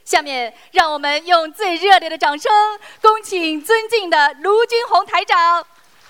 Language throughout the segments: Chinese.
下面让我们用最热烈的掌声，恭请尊敬的卢军红台长。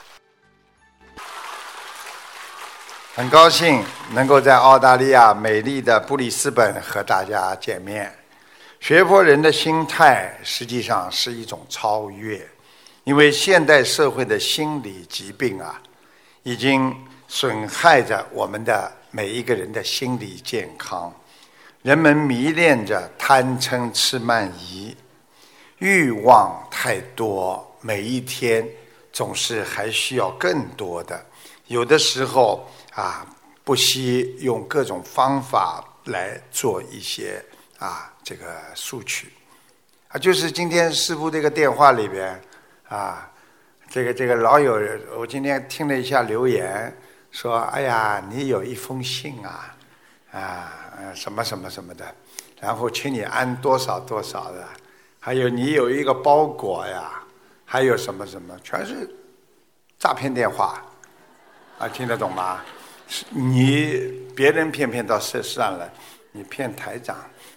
很高兴能够在澳大利亚美丽的布里斯本和大家见面。学佛人的心态实际上是一种超越，因为现代社会的心理疾病已经损害着我们的每一个人的心理健康。人们迷恋着贪嗔痴慢疑，欲望太多，每一天总是还需要更多的。有的时候不惜用各种方法来做一些这个索取就是今天师父这个电话里边这个老友，我今天听了一下留言，说哎呀，你有一封信什么什么什么的，然后请你按多少多少的，还有你有一个包裹呀，还有什么什么，全是诈骗电话听得懂吗？你别人骗到事上了，你骗台长。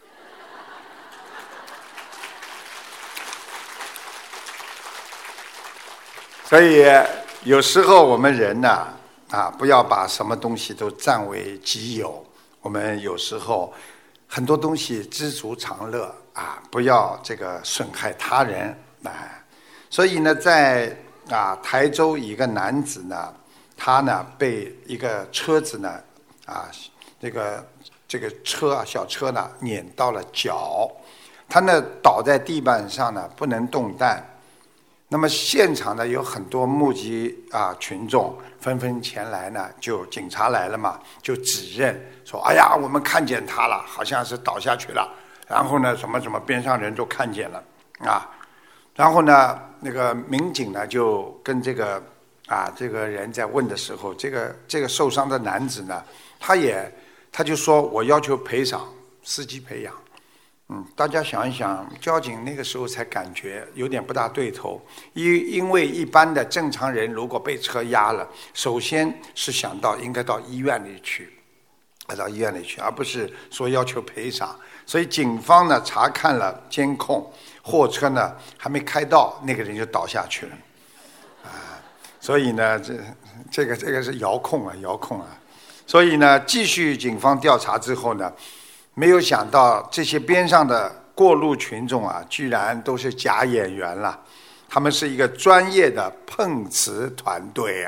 所以有时候我们人不要把什么东西都占为己有。我们有时候很多东西知足常乐不要这个损害他人所以呢，在台州一个男子呢，他呢被一个车子呢这个车小车呢碾到了脚，他呢倒在地板上呢不能动弹。那么现场呢有很多目击群众纷纷前来呢，就警察来了嘛，就指认说哎呀，我们看见他了，好像是倒下去了，然后呢什么什么边上人都看见了然后呢那个民警呢就跟这个人在问的时候，这个受伤的男子呢，他就说我要求赔偿，司机赔偿。大家想一想，交警那个时候才感觉有点不大对头，因为一般的正常人如果被车压了，首先是想到应该到医院里去，而不是说要求赔偿。所以警方呢查看了监控，货车呢还没开到，那个人就倒下去了所以呢这个是遥控所以呢继续警方调查之后呢，没有想到这些边上的过路群众居然都是假演员了，他们是一个专业的碰瓷团队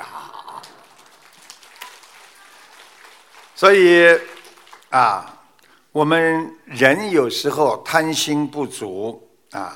所以我们人有时候贪心不足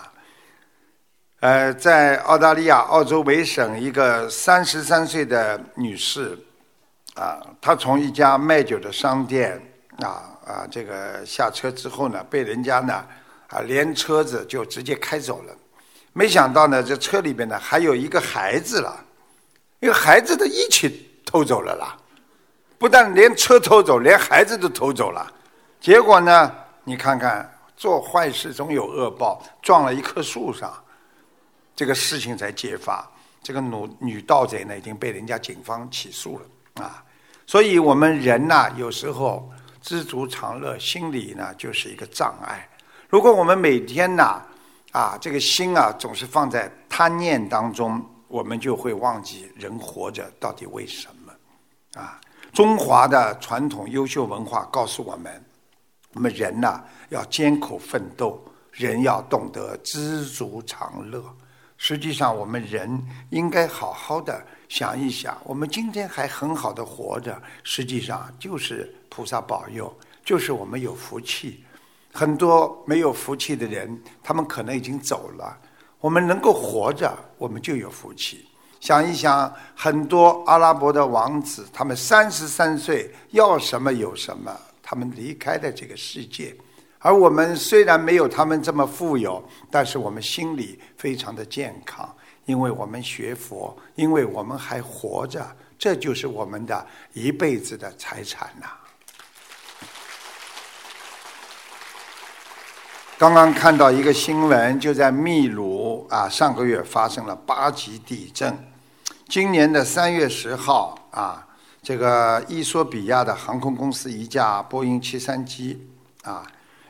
在澳大利亚澳洲维省一个33岁的女士她从一家卖酒的商店这个下车之后呢，被人家呢连车子就直接开走了。没想到呢，这车里边呢还有一个孩子了，一个孩子的一起偷走了啦，不但连车偷走，连孩子都偷走了。结果呢，你看看做坏事总有恶报，撞了一棵树上，这个事情才揭发。这个女盗贼呢已经被人家警方起诉了所以我们人有时候知足常乐，心里呢就是一个障碍。如果我们每天这个心总是放在贪念当中，我们就会忘记人活着到底为什么中华的传统优秀文化告诉我们人要艰苦奋斗，人要懂得知足常乐。实际上我们人应该好好的想一想，我们今天还很好的活着，实际上就是菩萨保佑，就是我们有福气。很多没有福气的人，他们可能已经走了，我们能够活着，我们就有福气。想一想，很多阿拉伯的王子，他们33岁要什么有什么，他们离开了这个世界。而我们虽然没有他们这么富有，但是我们心里非常的健康，因为我们学佛，因为我们还活着，这就是我们的一辈子的财产刚刚看到一个新闻，就在秘鲁上个月发生了8级地震。今年的3月10号这个伊索比亚的航空公司一架波音73机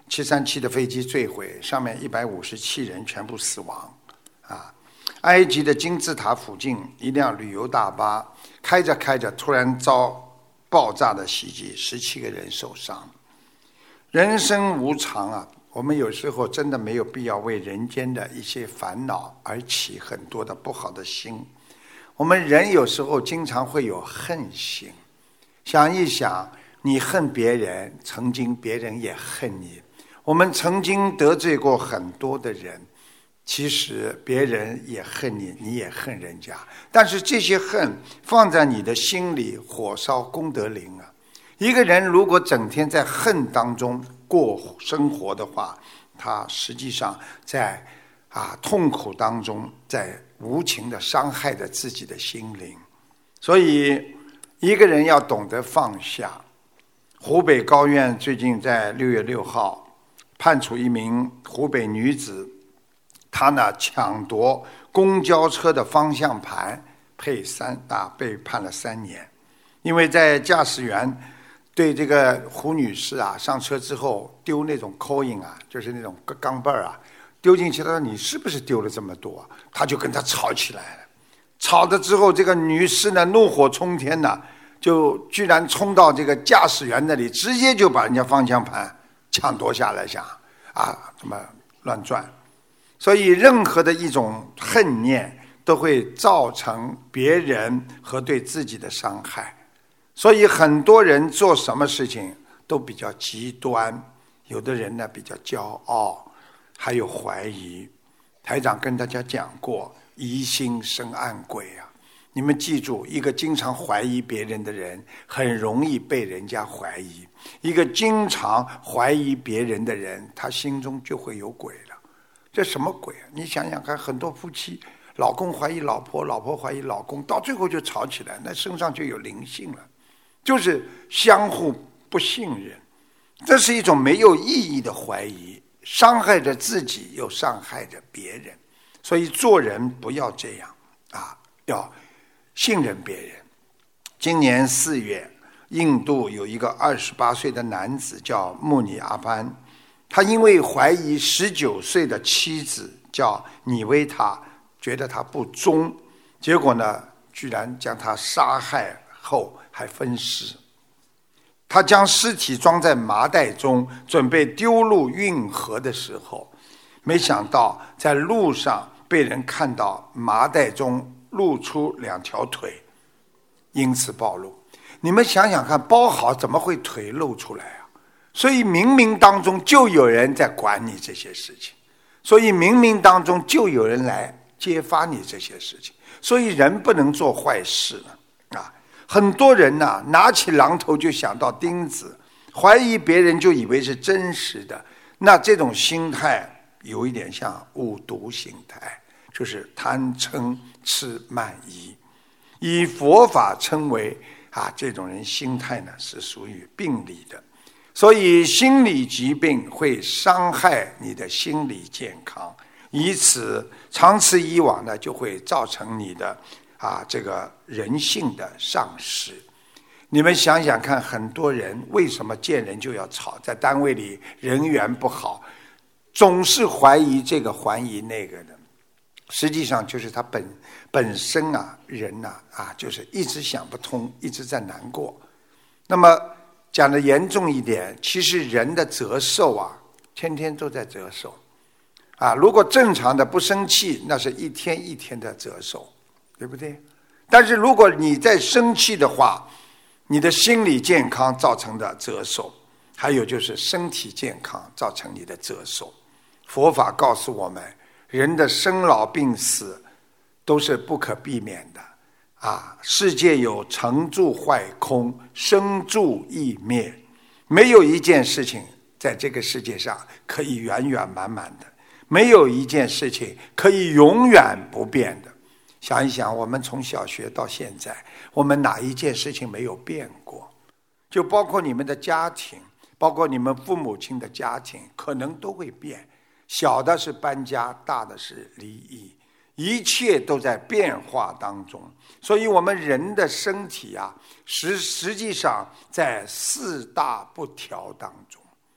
737的飞机坠毁，上面157人全部死亡。埃及的金字塔附近，一辆旅游大巴开着开着，突然遭爆炸的袭击，17个人受伤。人生无常啊，我们有时候真的没有必要为人间的一些烦恼而起很多的不好的心。我们人有时候经常会有恨心，想一想，你恨别人，曾经别人也恨你。我们曾经得罪过很多的人，其实别人也恨你，你也恨人家，但是这些恨放在你的心里，火烧功德林啊。一个人如果整天在恨当中过生活的话，他实际上在痛苦当中，在无情的伤害着自己的心灵。所以一个人要懂得放下。湖北高院最近在6月6号判处一名湖北女子，她呢抢夺公交车的方向盘，被判了3年。因为在驾驶员对这个胡女士上车之后丢那种 coin 就是那种钢镚儿丢进去，他说你是不是丢了这么多？他就跟他吵起来了。吵了之后，这个女士呢怒火冲天呢，就居然冲到这个驾驶员那里，直接就把人家方向盘抢夺下来，想怎么乱转。所以任何的一种恨念都会造成别人和对自己的伤害。所以很多人做什么事情都比较极端，有的人呢比较骄傲，还有怀疑。台长跟大家讲过，疑心生暗鬼你们记住，一个经常怀疑别人的人，很容易被人家怀疑。一个经常怀疑别人的人，他心中就会有鬼了。这什么鬼你想想看，很多夫妻，老公怀疑老婆，老婆怀疑老公，到最后就吵起来，那身上就有灵性了，就是相互不信任。这是一种没有意义的怀疑，伤害着自己又伤害着别人。所以做人不要这样要信任别人。今年4月，印度有一个28岁的男子叫穆尼阿班，他因为怀疑19岁的妻子叫尼维塔，觉得他不忠，结果呢居然将他杀害后还分尸。他将尸体装在麻袋中，准备丢入运河的时候，没想到在路上被人看到麻袋中露出2条腿，因此暴露。你们想想看，包好怎么会腿露出来所以冥冥当中就有人在管你这些事情，所以冥冥当中就有人来揭发你这些事情。所以人不能做坏事很多人拿起榔头就想到钉子，怀疑别人就以为是真实的，那这种心态有一点像五毒心态，就是贪嗔痴慢疑。以佛法称为这种人心态呢是属于病理的。所以心理疾病会伤害你的心理健康，以此长此以往呢，就会造成你的这个人性的丧失。你们想想看，很多人为什么见人就要吵，在单位里人缘不好，总是怀疑这个怀疑那个的，实际上就是他本身人就是一直想不通，一直在难过。那么讲的严重一点，其实人的折寿天天都在折寿如果正常的不生气，那是一天一天的折寿，对不对？但是如果你在生气的话，你的心理健康造成的折寿，还有就是身体健康造成你的折寿。佛法告诉我们，人的生老病死都是不可避免的世界有成住坏空，生住异灭，没有一件事情在这个世界上可以圆圆满满的，没有一件事情可以永远不变的。想一想，我们从小学到现在，我们哪一件事情没有变过？就包括你们的家庭，包括你们父母亲的家庭，可能都会变，小的是搬家，大的是离异，一切都在变化当中。所以我们人的身体实际上在4大不调当中。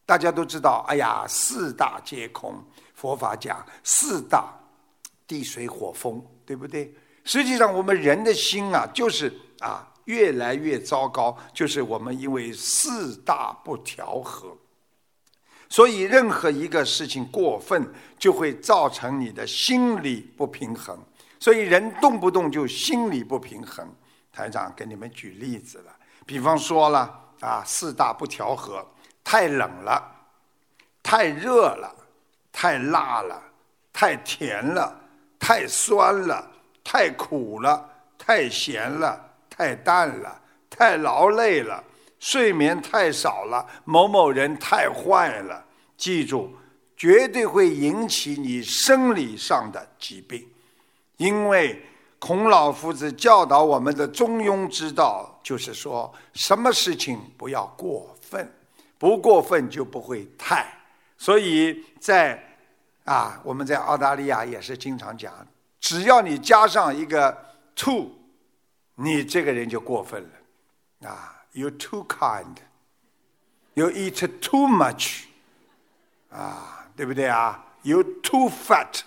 大家都知道，哎呀，四大皆空，佛法讲四大，地水火风，对不对？实际上我们人的心啊，就是越来越糟糕，就是我们因为四大不调和，所以任何一个事情过分，就会造成你的心理不平衡，所以人动不动就心理不平衡。台长给你们举例子了，比方说了四大不调和，太冷了，太热了，太辣了，太甜了，太酸了，太苦了，太咸了，太淡了，太劳累了，睡眠太少了，某某人太坏了。记住，绝对会引起你生理上的疾病，因为孔老夫子教导我们的中庸之道，就是说什么事情不要过分，不过分就不会太。所以我们在澳大利亚也是经常讲，只要你加上一个 too， 你这个人就过分了，you're too kind， you eat too much， 对不对？you're too fat，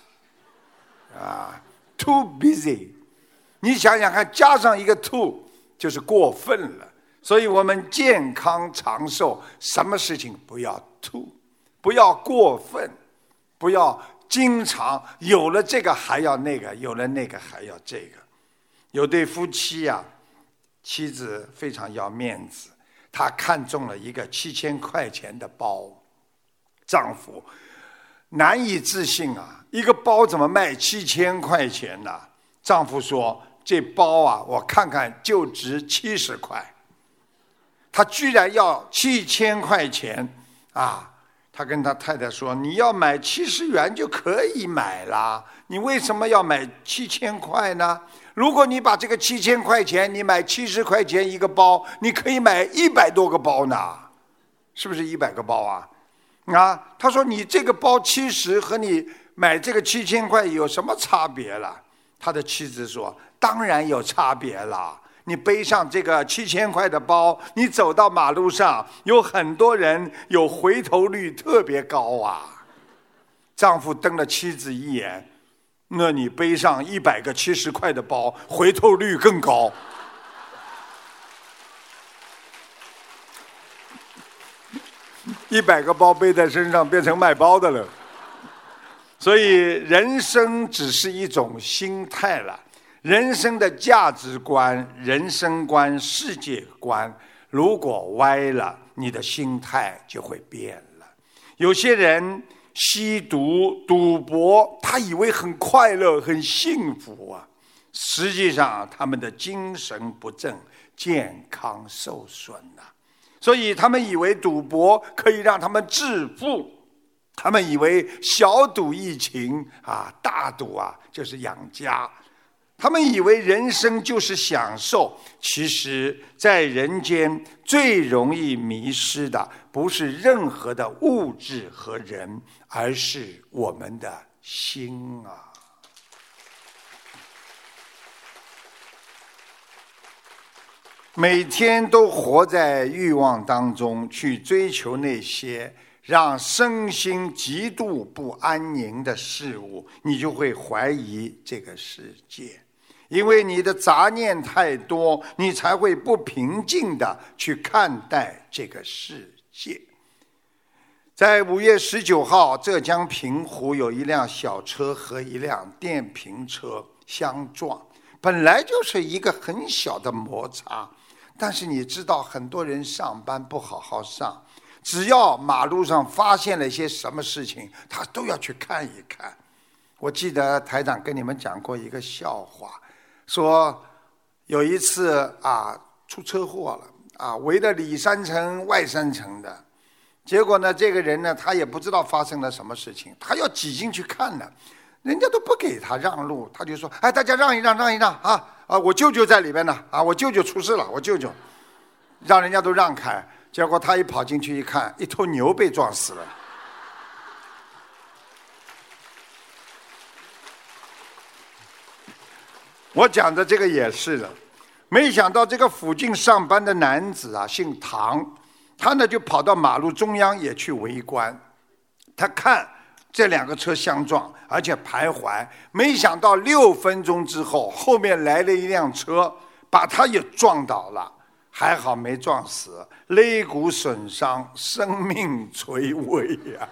too busy。你想想看，加上一个 too 就是过分了。所以我们健康长寿，什么事情不要 too， 不要过分，不要经常有了这个还要那个，有了那个还要这个。有对夫妻妻子非常要面子，她看中了一个7000块钱的包，丈夫难以置信一个包怎么卖7000块钱呢？丈夫说，这包我看看就值70块，他居然要7000块钱他跟他太太说，你要买70元就可以买了，你为什么要买7000块呢？如果你把这个7000块钱你买70块钱一个包，你可以买100多个包呢，是不是100个包他说你这个包70和你买这个7000块有什么差别了？他的妻子说，当然有差别了，你背上这个7000块的包，你走到马路上，有很多人有回头率特别高丈夫瞪了妻子一眼，那你背上100个70块的包，回头率更高。100个包背在身上变成卖包的了。所以人生只是一种心态了，人生的价值观、人生观、世界观如果歪了，你的心态就会变了。有些人吸毒赌博，他以为很快乐很幸福实际上他们的精神不正，健康受损所以他们以为赌博可以让他们致富，他们以为小赌怡情大赌就是养家，他们以为人生就是享受。其实在人间最容易迷失的不是任何的物质和人，而是我们的心每天都活在欲望当中，去追求那些让身心极度不安宁的事物，你就会怀疑这个世界。因为你的杂念太多，你才会不平静地去看待这个世界。在5月19号，浙江平湖有一辆小车和一辆电瓶车相撞，本来就是一个很小的摩擦，但是你知道很多人上班不好好上，只要马路上发现了一些什么事情，他都要去看一看。我记得台长跟你们讲过一个笑话，说有一次出车祸了围了里3层外3层的，结果呢这个人呢他也不知道发生了什么事情，他要挤进去看呢，人家都不给他让路，他就说大家让一让让一让我舅舅在里边呢我舅舅出事了，我舅舅，让人家都让开。结果他一跑进去一看，一头牛被撞死了。我讲的这个也是的，没想到这个附近上班的男子姓唐， 他呢就跑到马路中央也去围观，他看这两个车相撞，而且徘徊，没想到6分钟之后，后面来了一辆车，把他也撞倒了，还好没撞死，肋骨损伤，生命垂危呀。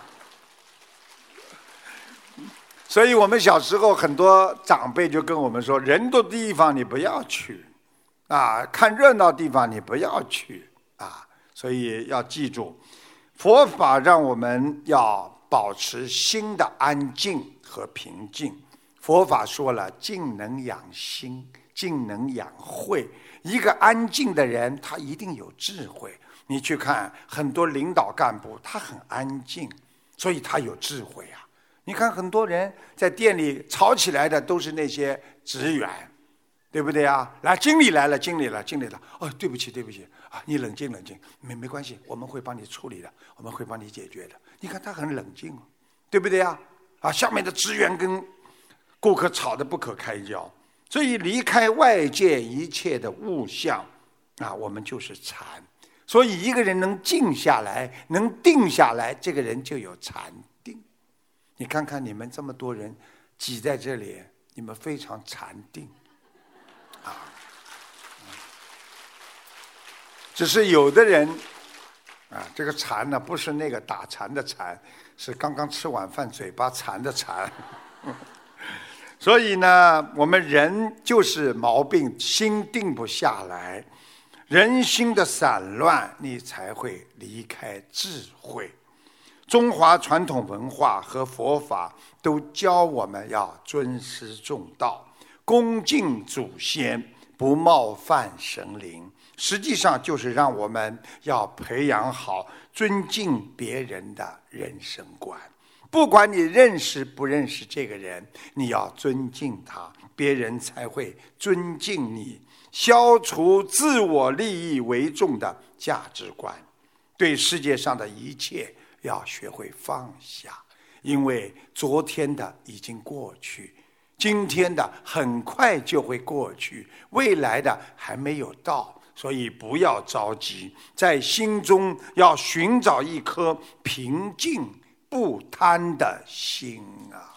所以我们小时候很多长辈就跟我们说，人多的地方你不要去啊，看热闹地方你不要去啊。所以要记住，佛法让我们要保持心的安静和平静。佛法说了，静能养心，静能养慧。一个安静的人，他一定有智慧。你去看很多领导干部，他很安静，所以他有智慧啊。你看很多人在店里吵起来的都是那些职员，对不对啊？来，经理来了，经理了。哦，对不起啊，你冷静，没关系，我们会帮你处理的，我们会帮你解决的。你看他很冷静，对不对啊？啊，下面的职员跟顾客吵得不可开交，所以离开外界一切的物象，啊，我们就是禅。所以一个人能静下来，能定下来，这个人就有禅定。你看看你们这么多人挤在这里，你们非常禅定啊。只是有的人啊，这个禅呢，不是那个打禅的禅，是刚刚吃晚饭嘴巴馋的馋。所以呢，我们人就是毛病，心定不下来，人心的散乱，你才会离开智慧。中华传统文化和佛法都教我们要尊师重道，恭敬祖先，不冒犯神灵。实际上就是让我们要培养好尊敬别人的人生观。不管你认识不认识这个人，你要尊敬他，别人才会尊敬你。消除自我利益为重的价值观，对世界上的一切要学会放下，因为昨天的已经过去，今天的很快就会过去，未来的还没有到，所以不要着急，在心中要寻找一颗平静不贪的心啊。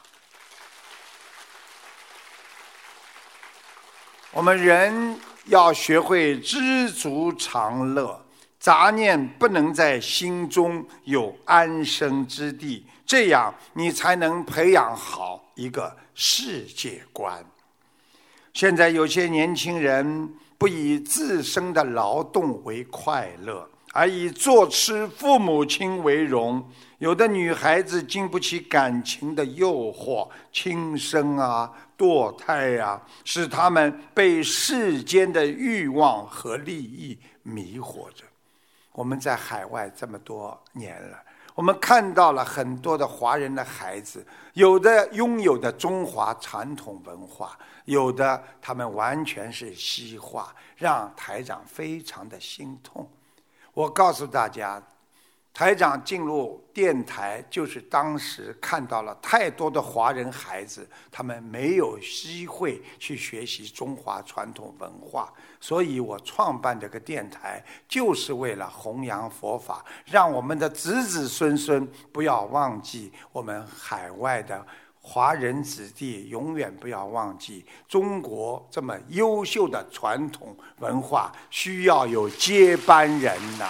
我们人要学会知足常乐，杂念不能在心中有安身之地，这样你才能培养好一个世界观。现在有些年轻人不以自身的劳动为快乐，而以做吃父母亲为荣。有的女孩子经不起感情的诱惑，轻生啊，堕胎啊，使他们被世间的欲望和利益迷惑着。我们在海外这么多年了，我们看到了很多的华人的孩子，有的拥有的中华传统文化，有的他们完全是西化，让台长非常的心痛。我告诉大家，台长进入电台就是当时看到了太多的华人孩子，他们没有机会去学习中华传统文化，所以我创办这个电台就是为了弘扬佛法，让我们的子子孙孙不要忘记我们海外的华人子弟，永远不要忘记中国这么优秀的传统文化，需要有接班人呐。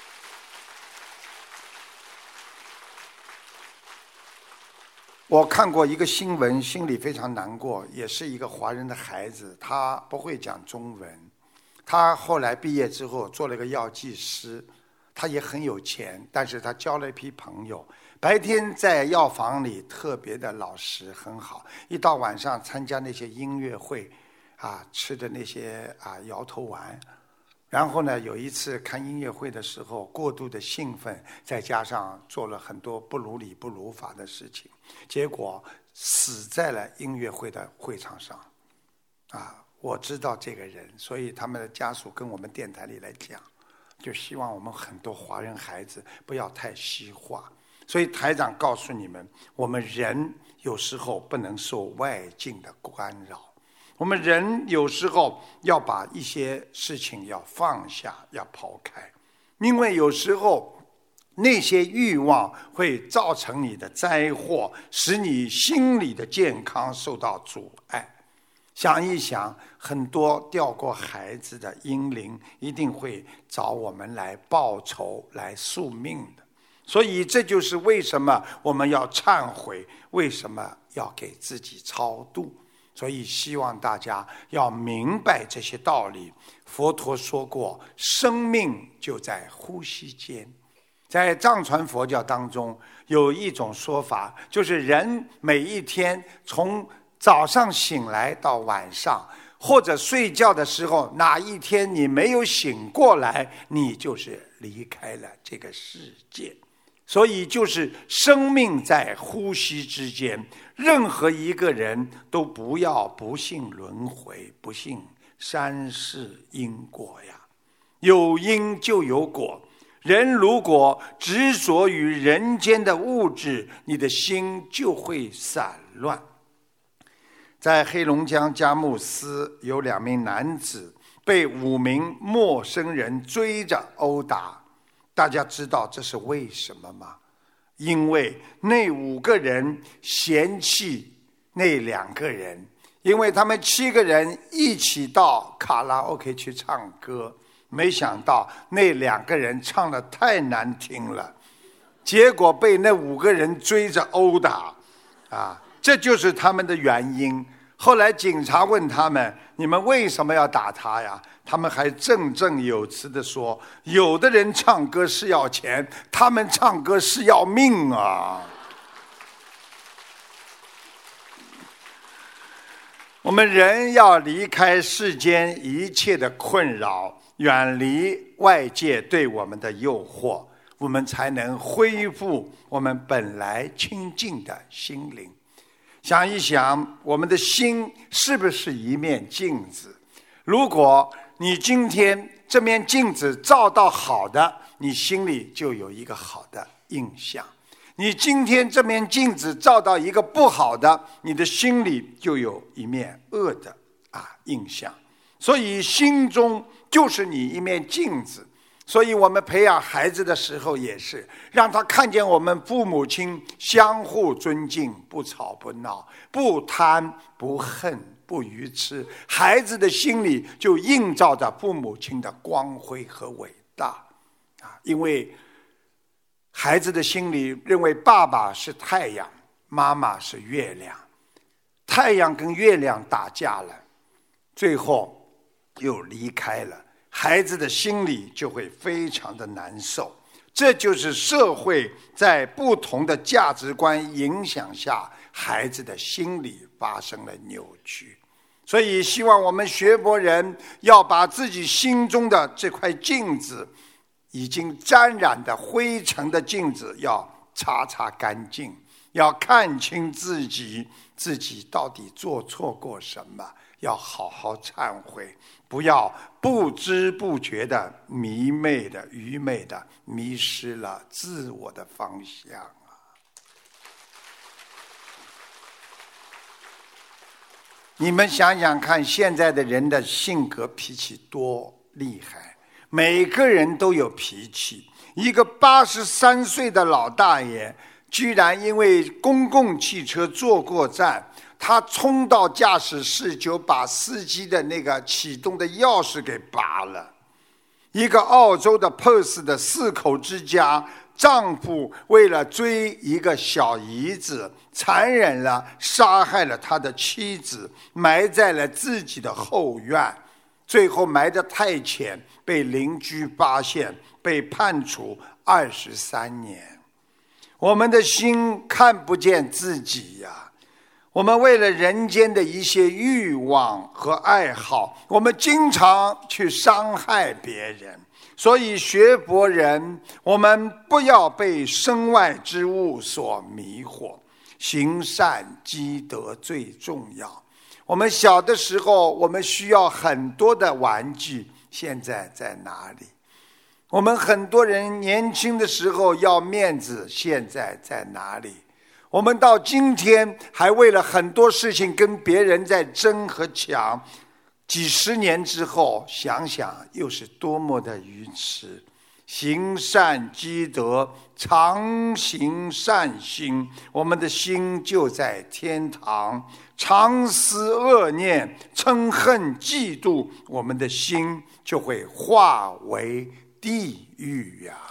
我看过一个新闻，心里非常难过，也是一个华人的孩子，他不会讲中文，他后来毕业之后做了个药剂师，他也很有钱，但是他交了一批朋友，白天在药房里特别的老实很好，一到晚上参加那些音乐会啊，吃的那些摇头丸。然后呢，有一次看音乐会的时候过度的兴奋，再加上做了很多不如理不如法的事情，结果死在了音乐会的会场上。我知道这个人，所以他们的家属跟我们电台里来讲，就希望我们很多华人孩子不要太西化。所以台长告诉你们，我们人有时候不能受外境的干扰，我们人有时候要把一些事情要放下，要抛开。 因为有时候那些欲望会造成你的灾祸，使你心理的健康受到阻碍。想一想，很多掉过孩子的婴灵一定会找我们来报仇，来诉命的。所以这就是为什么我们要忏悔，为什么要给自己超度。所以希望大家要明白这些道理。佛陀说过，生命就在呼吸间。在藏传佛教当中有一种说法，就是人每一天从早上醒来到晚上，或者睡觉的时候，哪一天你没有醒过来，你就是离开了这个世界。所以就是生命在呼吸之间，任何一个人都不要不信轮回，不信三世因果呀。有因就有果，人如果执着于人间的物质，你的心就会散乱。在黑龙江佳木斯有2名男子被5名陌生人追着殴打，大家知道这是为什么吗？因为那5个人嫌弃那2个人，因为他们7个人一起到卡拉 OK 去唱歌，没想到那2个人唱得太难听了，结果被那5个人追着殴打这就是他们的原因。后来警察问他们，你们为什么要打他呀？他们还振振有词地说，有的人唱歌是要钱，他们唱歌是要命啊。我们人要离开世间一切的困扰，远离外界对我们的诱惑，我们才能恢复我们本来清净的心灵。想一想，我们的心是不是一面镜子？如果你今天这面镜子照到好的，你心里就有一个好的印象；你今天这面镜子照到一个不好的，你的心里就有一面恶的印象。所以心中就是你一面镜子。所以我们培养孩子的时候也是，让他看见我们父母亲相互尊敬，不吵不闹，不贪不恨不愚痴，孩子的心里就映照着父母亲的光辉和伟大因为孩子的心里认为爸爸是太阳，妈妈是月亮，太阳跟月亮打架了，最后又离开了，孩子的心里就会非常的难受。这就是社会在不同的价值观影响下，孩子的心理发生了扭曲。所以希望我们学佛人要把自己心中的这块镜子，已经沾染的灰尘的镜子要擦擦干净，要看清自己到底做错过什么，要好好忏悔，不要不知不觉的迷昧的愚昧的迷失了自我的方向你们想想看，现在的人的性格脾气多厉害，每个人都有脾气。一个83岁的老大爷居然因为公共汽车坐过站，他冲到驾驶室就把司机的那个启动的钥匙给拔了。一个澳洲的 Perth 的4口之家，丈夫为了追一个小姨子，残忍了杀害了他的妻子，埋在了自己的后院，最后埋得太浅，被邻居发现，被判处23年。我们的心看不见自己呀，我们为了人间的一些欲望和爱好，我们经常去伤害别人。所以学佛人，我们不要被身外之物所迷惑，行善积德最重要。我们小的时候，我们需要很多的玩具，现在在哪里？我们很多人年轻的时候要面子，现在在哪里？我们到今天还为了很多事情跟别人在争和抢，几十年之后想想又是多么的愚痴。 行善积德，常行善心，我们的心就在天堂；常思恶念，嗔恨嫉妒，我们的心就会化为地狱呀。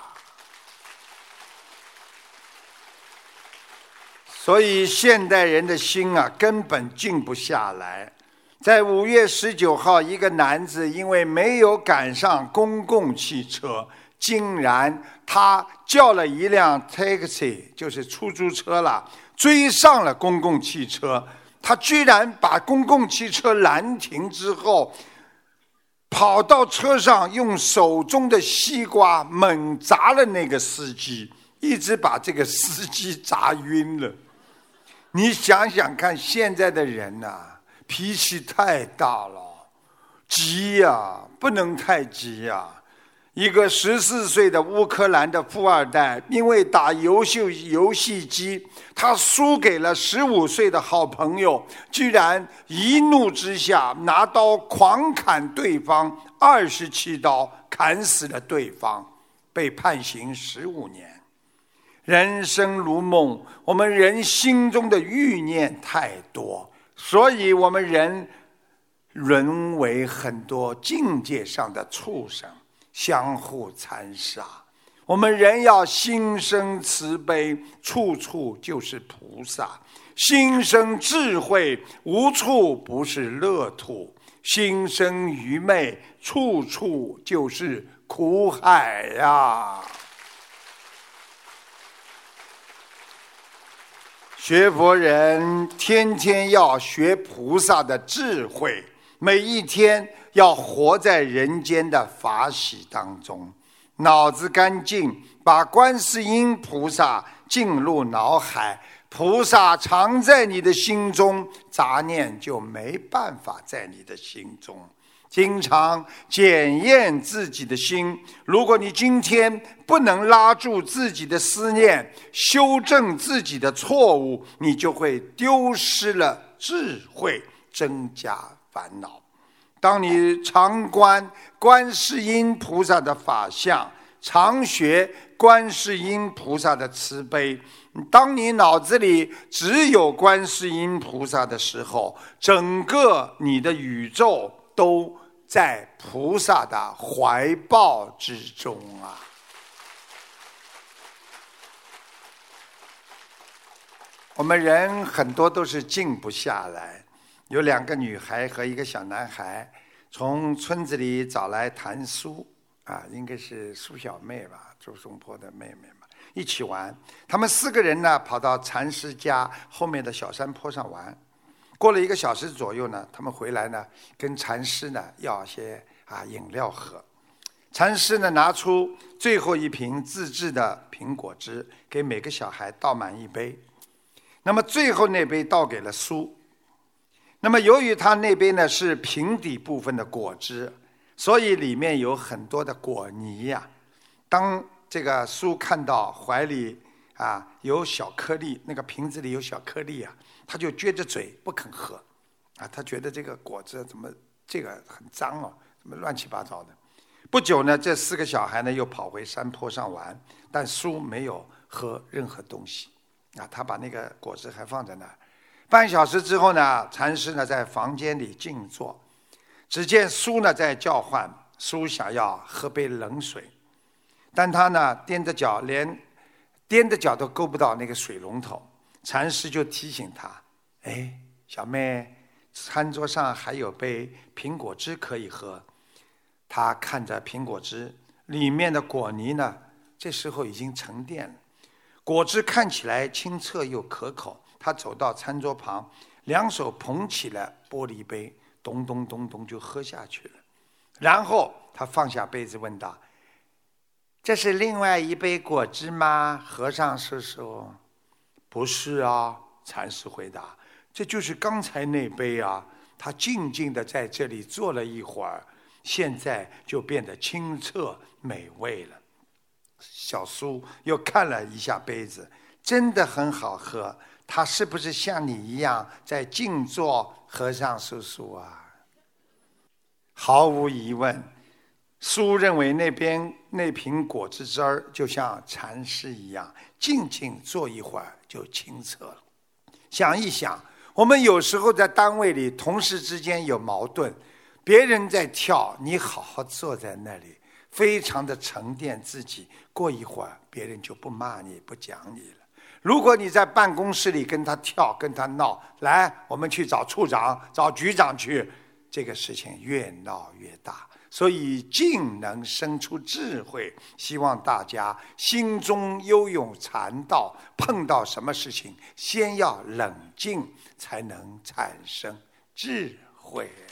所以现代人的心啊，根本静不下来。在5月19号，一个男子因为没有赶上公共汽车，竟然他叫了一辆 taxi， 就是出租车了，追上了公共汽车。他居然把公共汽车拦停之后，跑到车上，用手中的西瓜猛砸了那个司机，一直把这个司机砸晕了。你想想看，现在的人啊，脾气太大了，急呀，不能太急呀。一个14岁的乌克兰的富二代，因为打游戏机，他输给了15岁的好朋友，居然一怒之下拿刀狂砍对方27刀，砍死了对方，被判刑15年。人生如梦，我们人心中的欲念太多，所以我们人沦为很多境界上的畜生，相互残杀。我们人要心生慈悲，处处就是菩萨；心生智慧，无处不是乐土；心生愚昧，处处就是苦海呀。学佛人天天要学菩萨的智慧，每一天要活在人间的法喜当中，脑子干净，把观世音菩萨进入脑海，菩萨常在你的心中，杂念就没办法在你的心中。经常检验自己的心，如果你今天不能拉住自己的思念，修正自己的错误，你就会丢失了智慧，增加烦恼。当你常观观世音菩萨的法相，常学观世音菩萨的慈悲，当你脑子里只有观世音菩萨的时候，整个你的宇宙都在菩萨的怀抱之中啊！我们人很多都是静不下来。有2个女孩和一个小男孩从村子里找来谭苏啊，应该是苏小妹吧，周松坡的妹妹嘛，一起玩。他们4个人呢，跑到禅师家后面的小山坡上玩。过了1个小时左右呢，他们回来呢，跟禅师呢要些饮料喝。禅师呢拿出最后1瓶自制的苹果汁，给每个小孩倒满1杯。那么最后那杯倒给了苏。那么由于他那杯呢是平底部分的果汁，所以里面有很多的果泥呀。当这个苏看到怀里有小颗粒，那个瓶子里有小颗粒他就撅着嘴不肯喝他觉得这个果汁怎么这个很脏哦，怎么乱七八糟的。不久呢，这4个小孩呢又跑回山坡上玩，但苏没有喝任何东西他把那个果汁还放在那儿。半小时之后呢，禅师呢在房间里静坐，只见苏呢在叫唤，苏想要喝杯冷水，但他呢踮着脚，连踮着脚都够不到那个水龙头。禅师就提醒他，小妹，餐桌上还有杯苹果汁可以喝。他看着苹果汁里面的果泥呢，这时候已经沉淀了，果汁看起来清澈又可口。他走到餐桌旁，2手捧起了玻璃杯，咚咚咚咚就喝下去了。然后他放下杯子问道，这是另外1杯果汁吗，和尚叔叔？不是啊，禅师回答，这就是刚才那杯啊。他静静地在这里坐了一会儿，现在就变得清澈美味了。小苏又看了一下杯子，真的很好喝。他是不是像你一样在静坐，和尚叔叔啊？毫无疑问， 苏认为那瓶果汁汁儿就像禅师一样，静静坐一会儿就清澈了。想一想，我们有时候在单位里同事之间有矛盾，别人在跳，你好好坐在那里，非常的沉淀自己，过一会儿别人就不骂你不讲你了。如果你在办公室里跟他跳跟他闹，来我们去找处长找局长去，这个事情越闹越大。所以静能生出智慧，希望大家心中悠有禅道，碰到什么事情先要冷静，才能产生智慧啊。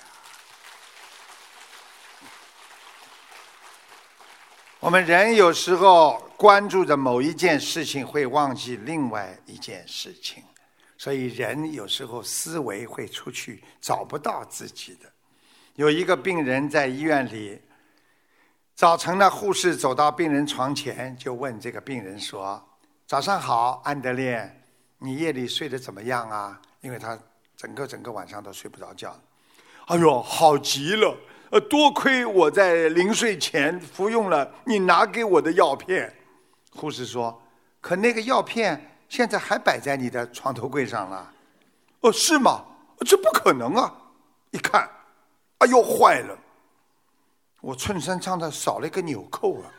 我们人有时候关注着某一件事情，会忘记另外一件事情，所以人有时候思维会出去，找不到自己的。有一个病人在医院里，早晨呢，护士走到病人床前，就问这个病人说：早上好，安德烈，你夜里睡得怎么样啊？因为他整个晚上都睡不着觉。哎呦，好极了，多亏我在临睡前服用了你拿给我的药片。护士说：可那个药片现在还摆在你的床头柜上了。哦，是吗？这不可能啊！一看，哎呦，坏了，我衬衫上的少了一个纽扣啊。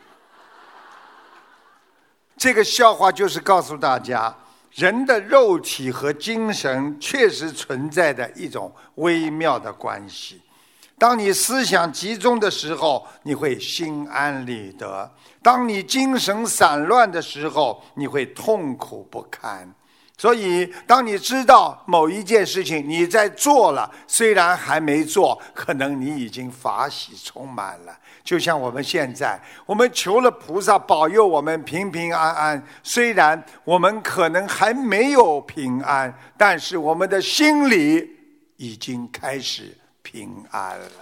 这个笑话就是告诉大家，人的肉体和精神确实存在的一种微妙的关系。当你思想集中的时候，你会心安理得；当你精神散乱的时候，你会痛苦不堪。所以当你知道某一件事情你在做了，虽然还没做，可能你已经法喜充满了。就像我们现在，我们求了菩萨保佑我们平平安安，虽然我们可能还没有平安，但是我们的心里已经开始平安了。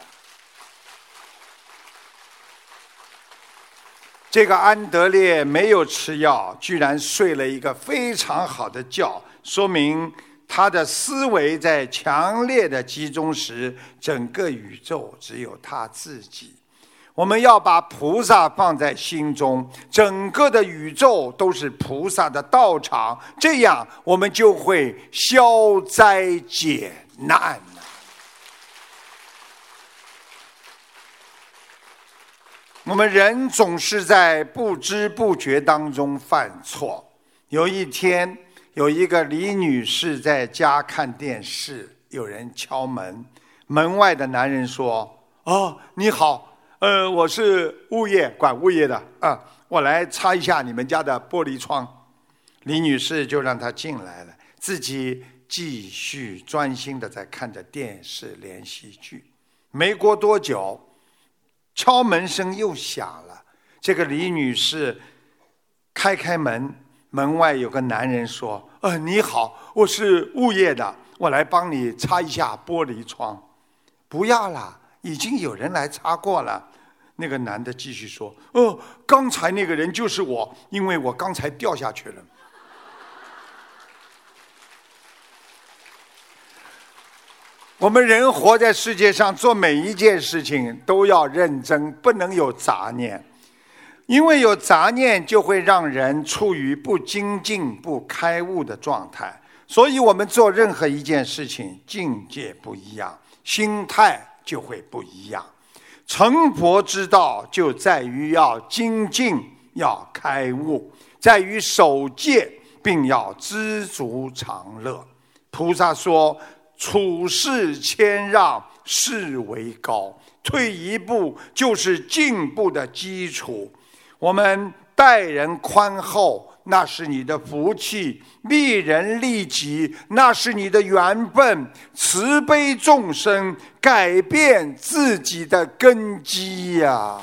这个安德烈没有吃药，居然睡了一个非常好的觉，说明他的思维在强烈的集中时，整个宇宙只有他自己。我们要把菩萨放在心中，整个的宇宙都是菩萨的道场，这样我们就会消灾解难。我们人总是在不知不觉当中犯错。有一天，有一个李女士在家看电视，有人敲门，门外的男人说：哦，你好，我是物业管物业的啊，我来擦一下你们家的玻璃窗。李女士就让他进来了，自己继续专心的在看着电视连续剧。没过多久，敲门声又响了，这个李女士开门，门外有个男人说：你好，我是物业的，我来帮你擦一下玻璃窗。不要啦，已经有人来擦过了。那个男的继续说：刚才那个人就是我，因为我刚才掉下去了。我们人活在世界上，做每一件事情都要认真，不能有杂念。因为有杂念就会让人处于不精进不开悟的状态，所以我们做任何一件事情境界不一样，心态就会不一样。成佛之道就在于要精进，要开悟，在于守戒，并要知足常乐。菩萨说：处事谦让，是为高，退一步就是进步的基础。我们待人宽厚，那是你的福气；利人利己，那是你的缘分。慈悲众生，改变自己的根基呀。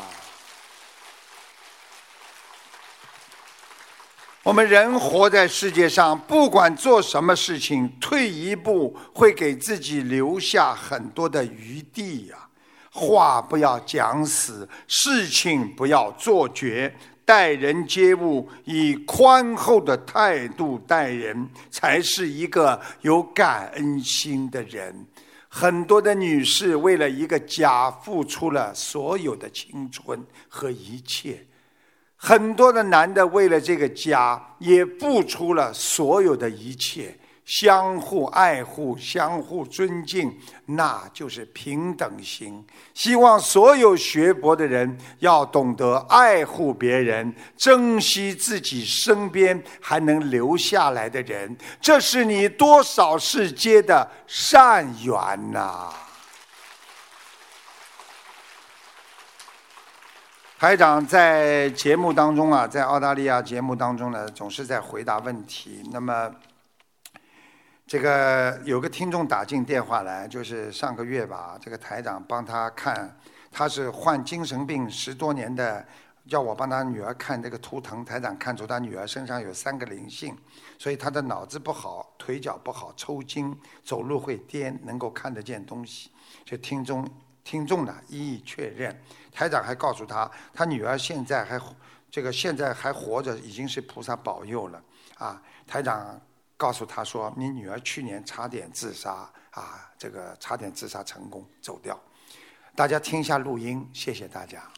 我们人活在世界上，不管做什么事情，退一步会给自己留下很多的余地呀。话不要讲死，事情不要做绝，待人接物以宽厚的态度待人，才是一个有感恩心的人。 很多的女士为了一个家付出了所有的青春和一切，很多的男的为了这个家也付出了所有的一切，相互爱护，相互尊敬，那就是平等心。希望所有学佛的人要懂得爱护别人，珍惜自己身边还能留下来的人，这是你多少世界的善缘呐。台长在节目当中啊，在澳大利亚节目当中呢，总是在回答问题。那么这个有个听众打进电话来，就是上个月吧，这个台长帮他看，他是患精神病10多年的，叫我帮他女儿看这个图腾，台长看出他女儿身上有3个灵性，所以他的脑子不好，腿脚不好，抽筋，走路会颠，能够看得见东西。就听众呢一一确认，台长还告诉他，他女儿现在还活着，已经是菩萨保佑了啊。台长告诉他说，你女儿去年差点自杀啊，这个差点自杀成功走掉。大家听一下录音，谢谢大家。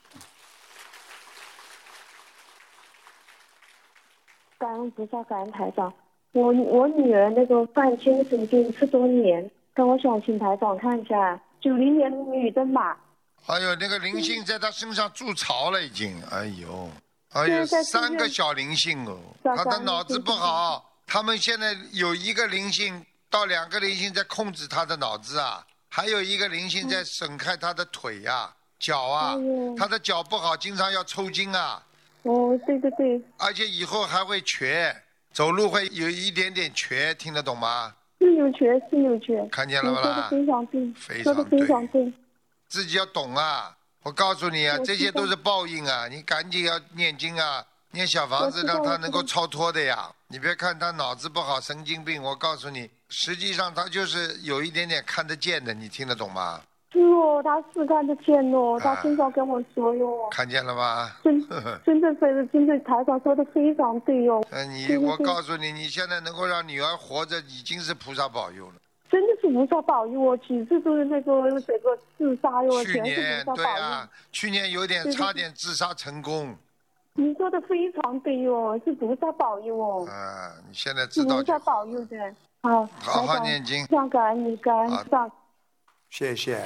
感恩菩萨，感恩台长。我女儿那个患精神病10多年，但我想请台长看一下，90年女的马。 哎呦，那个灵性在她身上筑巢了已经，哎呦，3个小灵性哦，她的脑子不好。他们现在有1个灵性到2个灵性在控制他的脑子啊，还有1个灵性在损害他的腿啊、脚啊，他的脚不好，经常要抽筋啊。 哦，对对对。而且以后还会瘸，走路会有一点点瘸，听得懂吗？ 是有瘸。 看见了吗？ 说的非常对，说的非常对。 自己要懂啊！我告诉你啊，这些都是报应啊！你赶紧要念经啊，念小房子让他能够超脱的呀。你别看他脑子不好，神经病，我告诉你，实际上他就是有一点点看得见的，你听得懂吗？ 是哦，他是看得见哦，他经常跟我说哟。 看见了吗？ 真的，台长说的非常对哦。 我告诉你，你现在能够让女儿活着，已经是菩萨保佑了。 真的是菩萨保佑哦，几次都是这个自杀哟， 去年对啊，去年有点差点自杀成功。 你说的非常对哦，是菩萨保佑哦。 你现在知道菩萨保佑的。好好念经。 想感恩你，感恩上。 谢谢。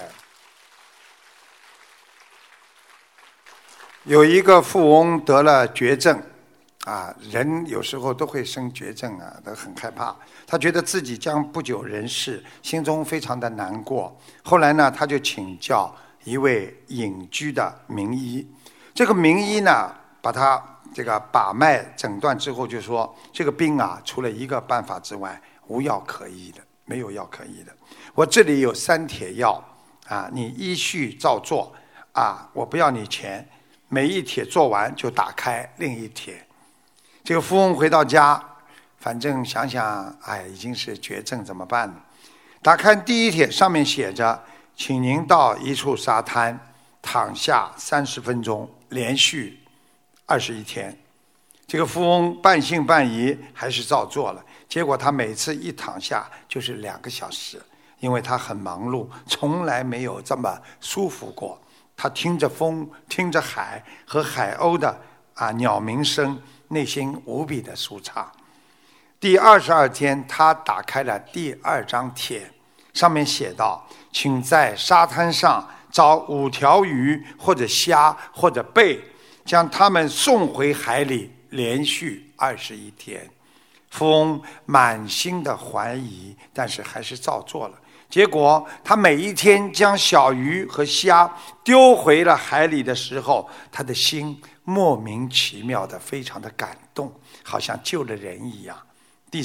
有一个富翁得了绝症，人有时候都会生绝症啊，都很害怕。他觉得自己将不久人世，心中非常的难过。后来呢，他就请教一位隐居的名医。这个名医呢，把他这个把脉诊断之后，就说这个病啊，除了一个办法之外，无药可医的，没有药可医的。我这里有3帖药你依序照做我不要你钱，每一帖做完就打开另一帖。这个富翁回到家，反正想想，已经是绝症，怎么办呢？打开第一帖，上面写着，请您到一处沙滩躺下30分钟，连续21天。这个富翁半信半疑，还是照做了。结果他每次一躺下就是2个小时，因为他很忙碌，从来没有这么舒服过。他听着风，听着海和海鸥的鸟鸣声，内心无比的舒畅。第22天，他打开了第2张帖，上面写道，请在沙滩上找5条鱼或者虾或者贝，将它们送回海里，连续21天。富翁满心的怀疑，但是还是照做了。结果他每一天将小鱼和虾丢回了海里的时候，他的心莫名其妙的非常的感动，好像救了人一样。第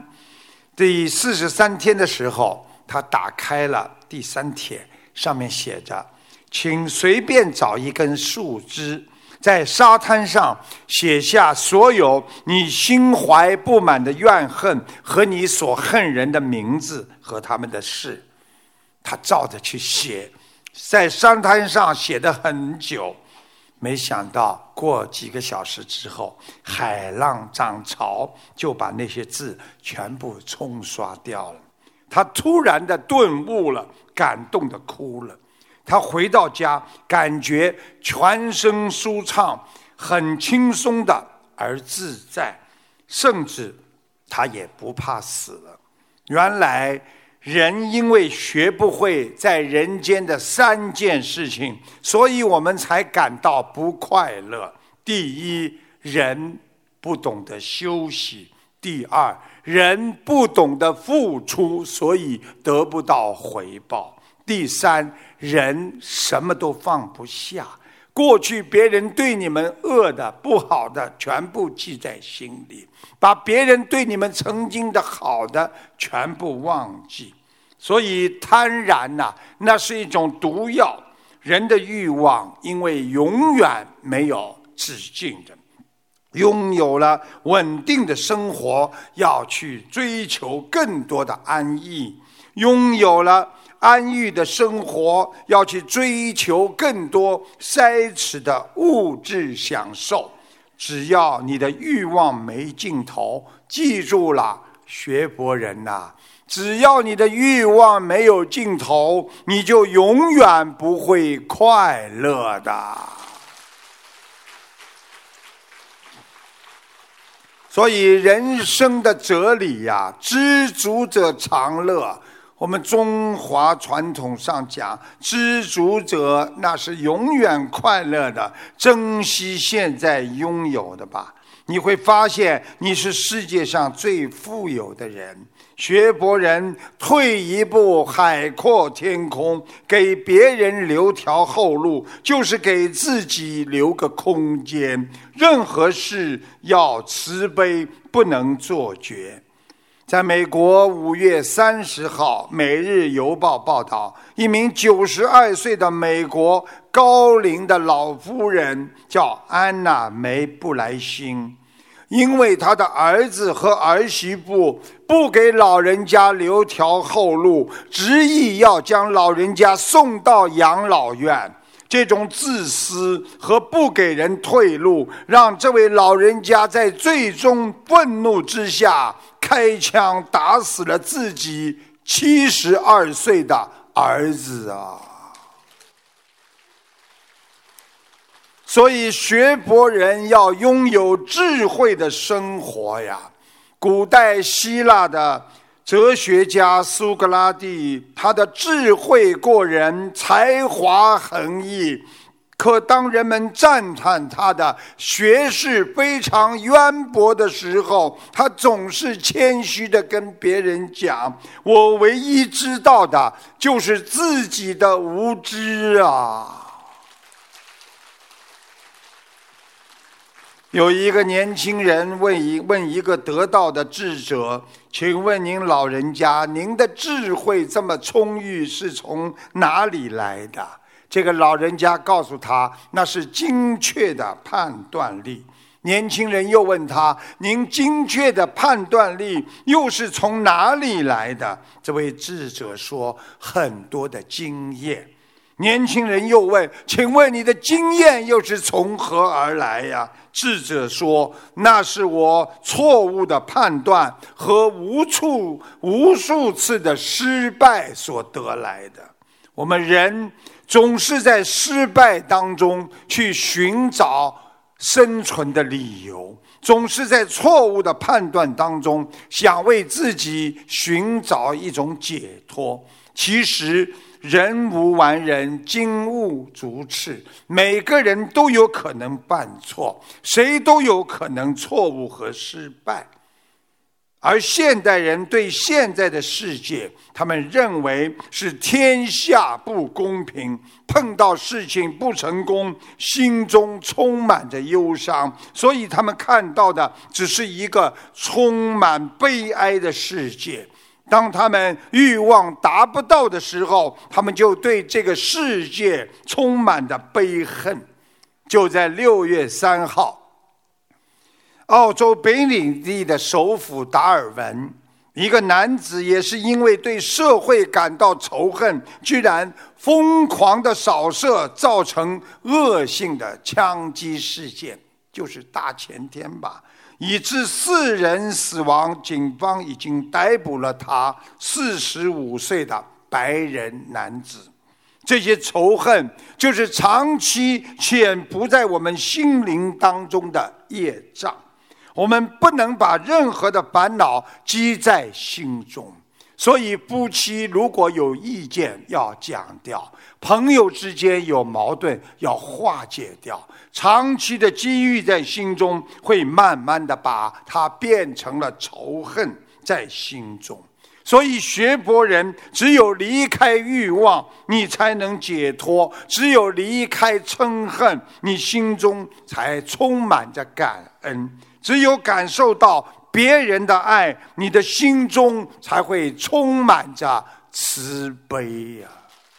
43天的时候，他打开了第3帖，上面写着，请随便找一根树枝，在沙滩上写下所有你心怀不满的怨恨和你所恨人的名字和他们的事。他照着去写，在沙滩上写得很久，没想到过几个小时之后，海浪涨潮就把那些字全部冲刷掉了。 他突然的顿悟了，感动的哭了。他回到家，感觉全身舒畅，很轻松的而自在，甚至他也不怕死了。原来人因为学不会在人间的3件事情，所以我们才感到不快乐。第一，人不懂得休息；第二，人不懂得付出，所以得不到回报；第三，人什么都放不下，过去别人对你们恶的不好的全部记在心里，把别人对你们曾经的好的全部忘记。所以贪婪那是一种毒药，人的欲望因为永远没有止境的。拥有了稳定的生活，要去追求更多的安逸；拥有了安逸的生活，要去追求更多奢侈的物质享受。只要你的欲望没尽头，记住了，学佛人只要你的欲望没有尽头，你就永远不会快乐的。所以人生的哲理知足者常乐。我们中华传统上讲，知足者那是永远快乐的，珍惜现在拥有的吧。你会发现你是世界上最富有的人。学佛人退一步海阔天空，给别人留条后路，就是给自己留个空间。任何事要慈悲，不能做绝。在美国5月30号，《每日邮报》报道，一名92岁的美国高龄的老妇人叫安娜梅布莱辛，因为他的儿子和儿媳妇不给老人家留条后路，执意要将老人家送到养老院。这种自私和不给人退路，让这位老人家在最终愤怒之下开枪打死了自己72岁的儿子所以学佛人要拥有智慧的生活呀。古代希腊的哲学家苏格拉底，他的智慧过人，才华横溢，可当人们赞叹他的学识非常渊博的时候，他总是谦虚地跟别人讲，我唯一知道的就是自己的无知有一个年轻人问一个得道的智者，请问您老人家，您的智慧这么充裕，是从哪里来的？这个老人家告诉他，那是精确的判断力。年轻人又问他，您精确的判断力又是从哪里来的？这位智者说，很多的经验。年轻人又问，请问你的经验又是从何而来呀？智者说，那是我错误的判断和无数次的失败所得来的。我们人总是在失败当中去寻找生存的理由，总是在错误的判断当中想为自己寻找一种解脱。其实人无完人，金无足赤，每个人都有可能犯错，谁都有可能错误和失败。而现代人对现在的世界，他们认为是天下不公平，碰到事情不成功，心中充满着忧伤，所以他们看到的只是一个充满悲哀的世界。当他们欲望达不到的时候，他们就对这个世界充满着悲恨。就在6月3号，澳洲北领地的首府达尔文，一个男子也是因为对社会感到仇恨，居然疯狂的扫射，造成恶性的枪击事件。就是大前天吧， 以致4人死亡。警方已经逮捕了他45岁的白人男子。这些仇恨就是长期潜伏在我们心灵当中的业障，我们不能把任何的烦恼积在心中。所以夫妻如果有意见要讲掉，朋友之间有矛盾要化解掉，长期的积郁在心中会慢慢的把它变成了仇恨在心中。所以学佛人只有离开欲望，你才能解脱；只有离开嗔恨，你心中才充满着感恩；只有感受到别人的爱，你的心中才会充满着慈悲呀。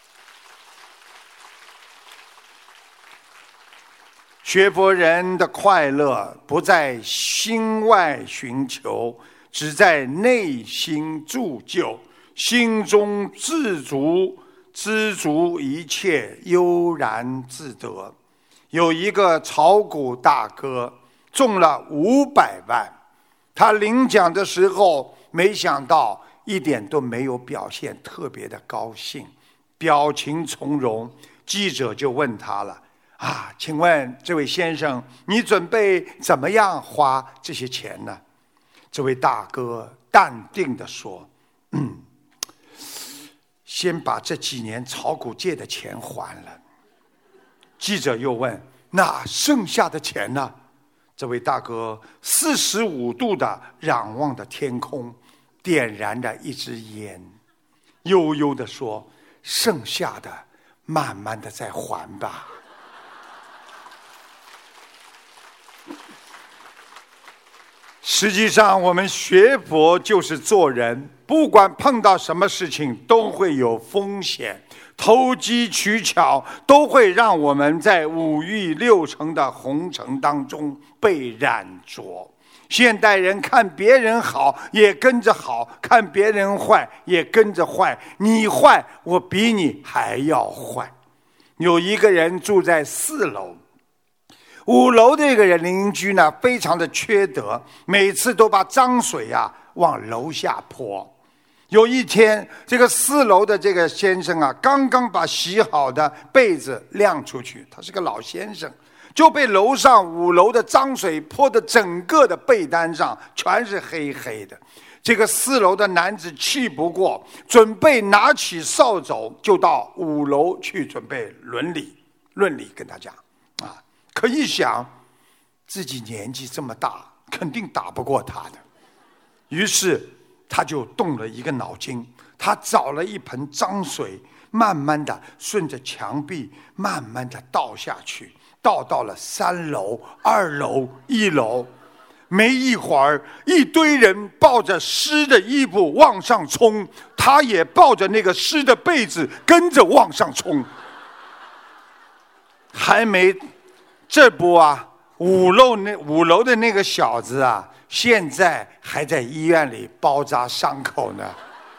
学佛人的快乐不在心外寻求，只在内心铸就，心中自足，知足一切悠然自得。有一个炒股大哥中了500万，他领奖的时候没想到一点都没有表现特别的高兴，表情从容。记者就问他了，请问这位先生，你准备怎么样花这些钱呢？这位大哥淡定地说，先把这几年炒股借的钱还了。记者又问，那剩下的钱呢？这位大哥45度地仰望着天空，点燃着一支烟，悠悠地说，剩下的慢慢的再还吧。实际上我们学佛就是做人，不管碰到什么事情都会有风险，投机取巧都会让我们在5欲6尘的红尘当中被染着。现代人看别人好也跟着好，看别人坏也跟着坏，你坏我比你还要坏。有一个人住在4楼，5楼这个人邻居呢非常的缺德，每次都把脏水往楼下泼。有一天这个4楼的这个先生刚刚把洗好的被子晾出去，他是个老先生，就被楼上5楼的脏水泼的整个的被单上全是黑黑的。这个4楼的男子气不过，准备拿起扫帚就到5楼去准备论理跟他讲可一想自己年纪这么大，肯定打不过他的，于是他就动了一个脑筋，他找了一盆脏水，慢慢的顺着墙壁慢慢的倒下去，倒到了3楼、2楼、1楼。没一会儿，一堆人抱着湿的衣服往上冲，他也抱着那个湿的被子跟着往上冲。还没这不5楼的那个小子现在还在医院里包扎伤口呢。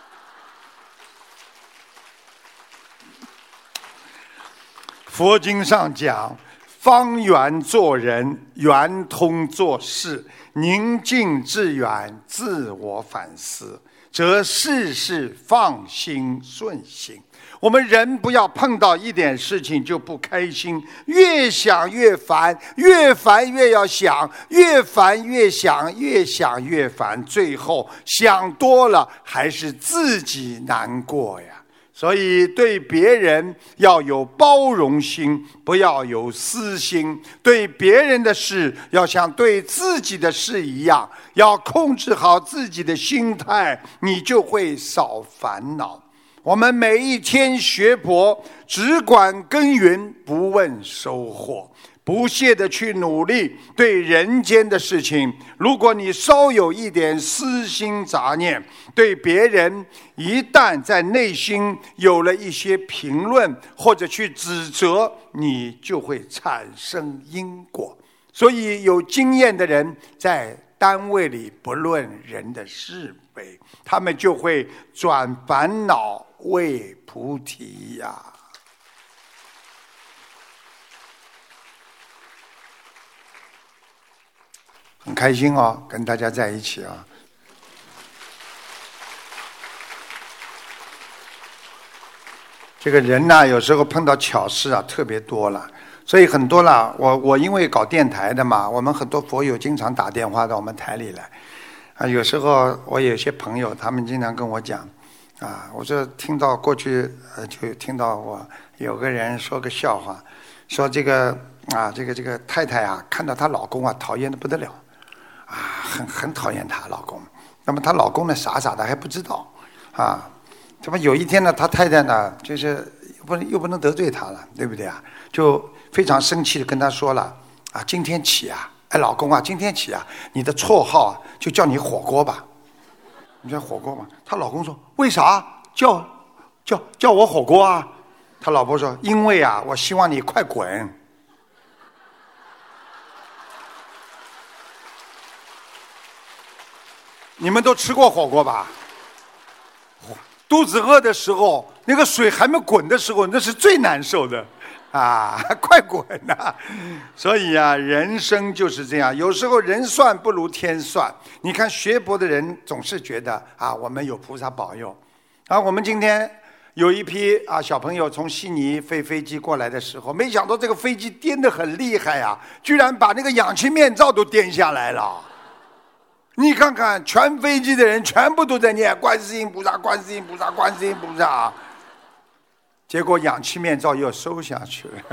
佛经上讲，方圆做人，圆通做事，宁静致远，自我反思，则事事放心顺心。我们人不要碰到一点事情就不开心，越想越烦，越烦越要想，越烦越想，越想越烦，最后想多了还是自己难过呀。所以对别人要有包容心，不要有私心，对别人的事要像对自己的事一样，要控制好自己的心态，你就会少烦恼。我们每一天学佛，只管耕耘，不问收获，不懈地去努力。对人间的事情，如果你稍有一点私心杂念，对别人一旦在内心有了一些评论或者去指责，你就会产生因果。所以有经验的人在单位里不论人的是非，他们就会转烦恼为菩提呀。 很开心哦，跟大家在一起啊。这个人呢，有时候碰到巧事啊，特别多了，所以很多了。我因为搞电台的嘛，我们很多佛友经常打电话到我们台里来，啊，有时候我有些朋友，他们经常跟我讲，啊，我这听到过去就听到我有个人说个笑话，说这个太太啊，看到她老公啊，讨厌的不得了，啊，很讨厌她老公。那么她老公呢，傻傻的还不知道，啊。这么有一天呢，他太太呢，就是又不能得罪他了，对不对啊？就非常生气的跟他说了啊，今天起啊，哎，老公啊，今天起啊，你的绰号啊，就叫你火锅吧。你叫火锅吧。她老公说，为啥叫我火锅啊？他老婆说，因为啊，我希望你快滚。你们都吃过火锅吧？肚子饿的时候，那个水还没滚的时候，那是最难受的，啊，快滚呐！所以啊，人生就是这样，有时候人算不如天算。你看学佛的人总是觉得啊，我们有菩萨保佑。啊，我们今天有一批啊小朋友从悉尼飞机过来的时候，没想到这个飞机颠得很厉害啊，居然把那个氧气面罩都颠下来了。你看看，全飞机的人全部都在念观世音菩萨，观世音菩萨，观世音菩萨，结果氧气面罩又收下去了。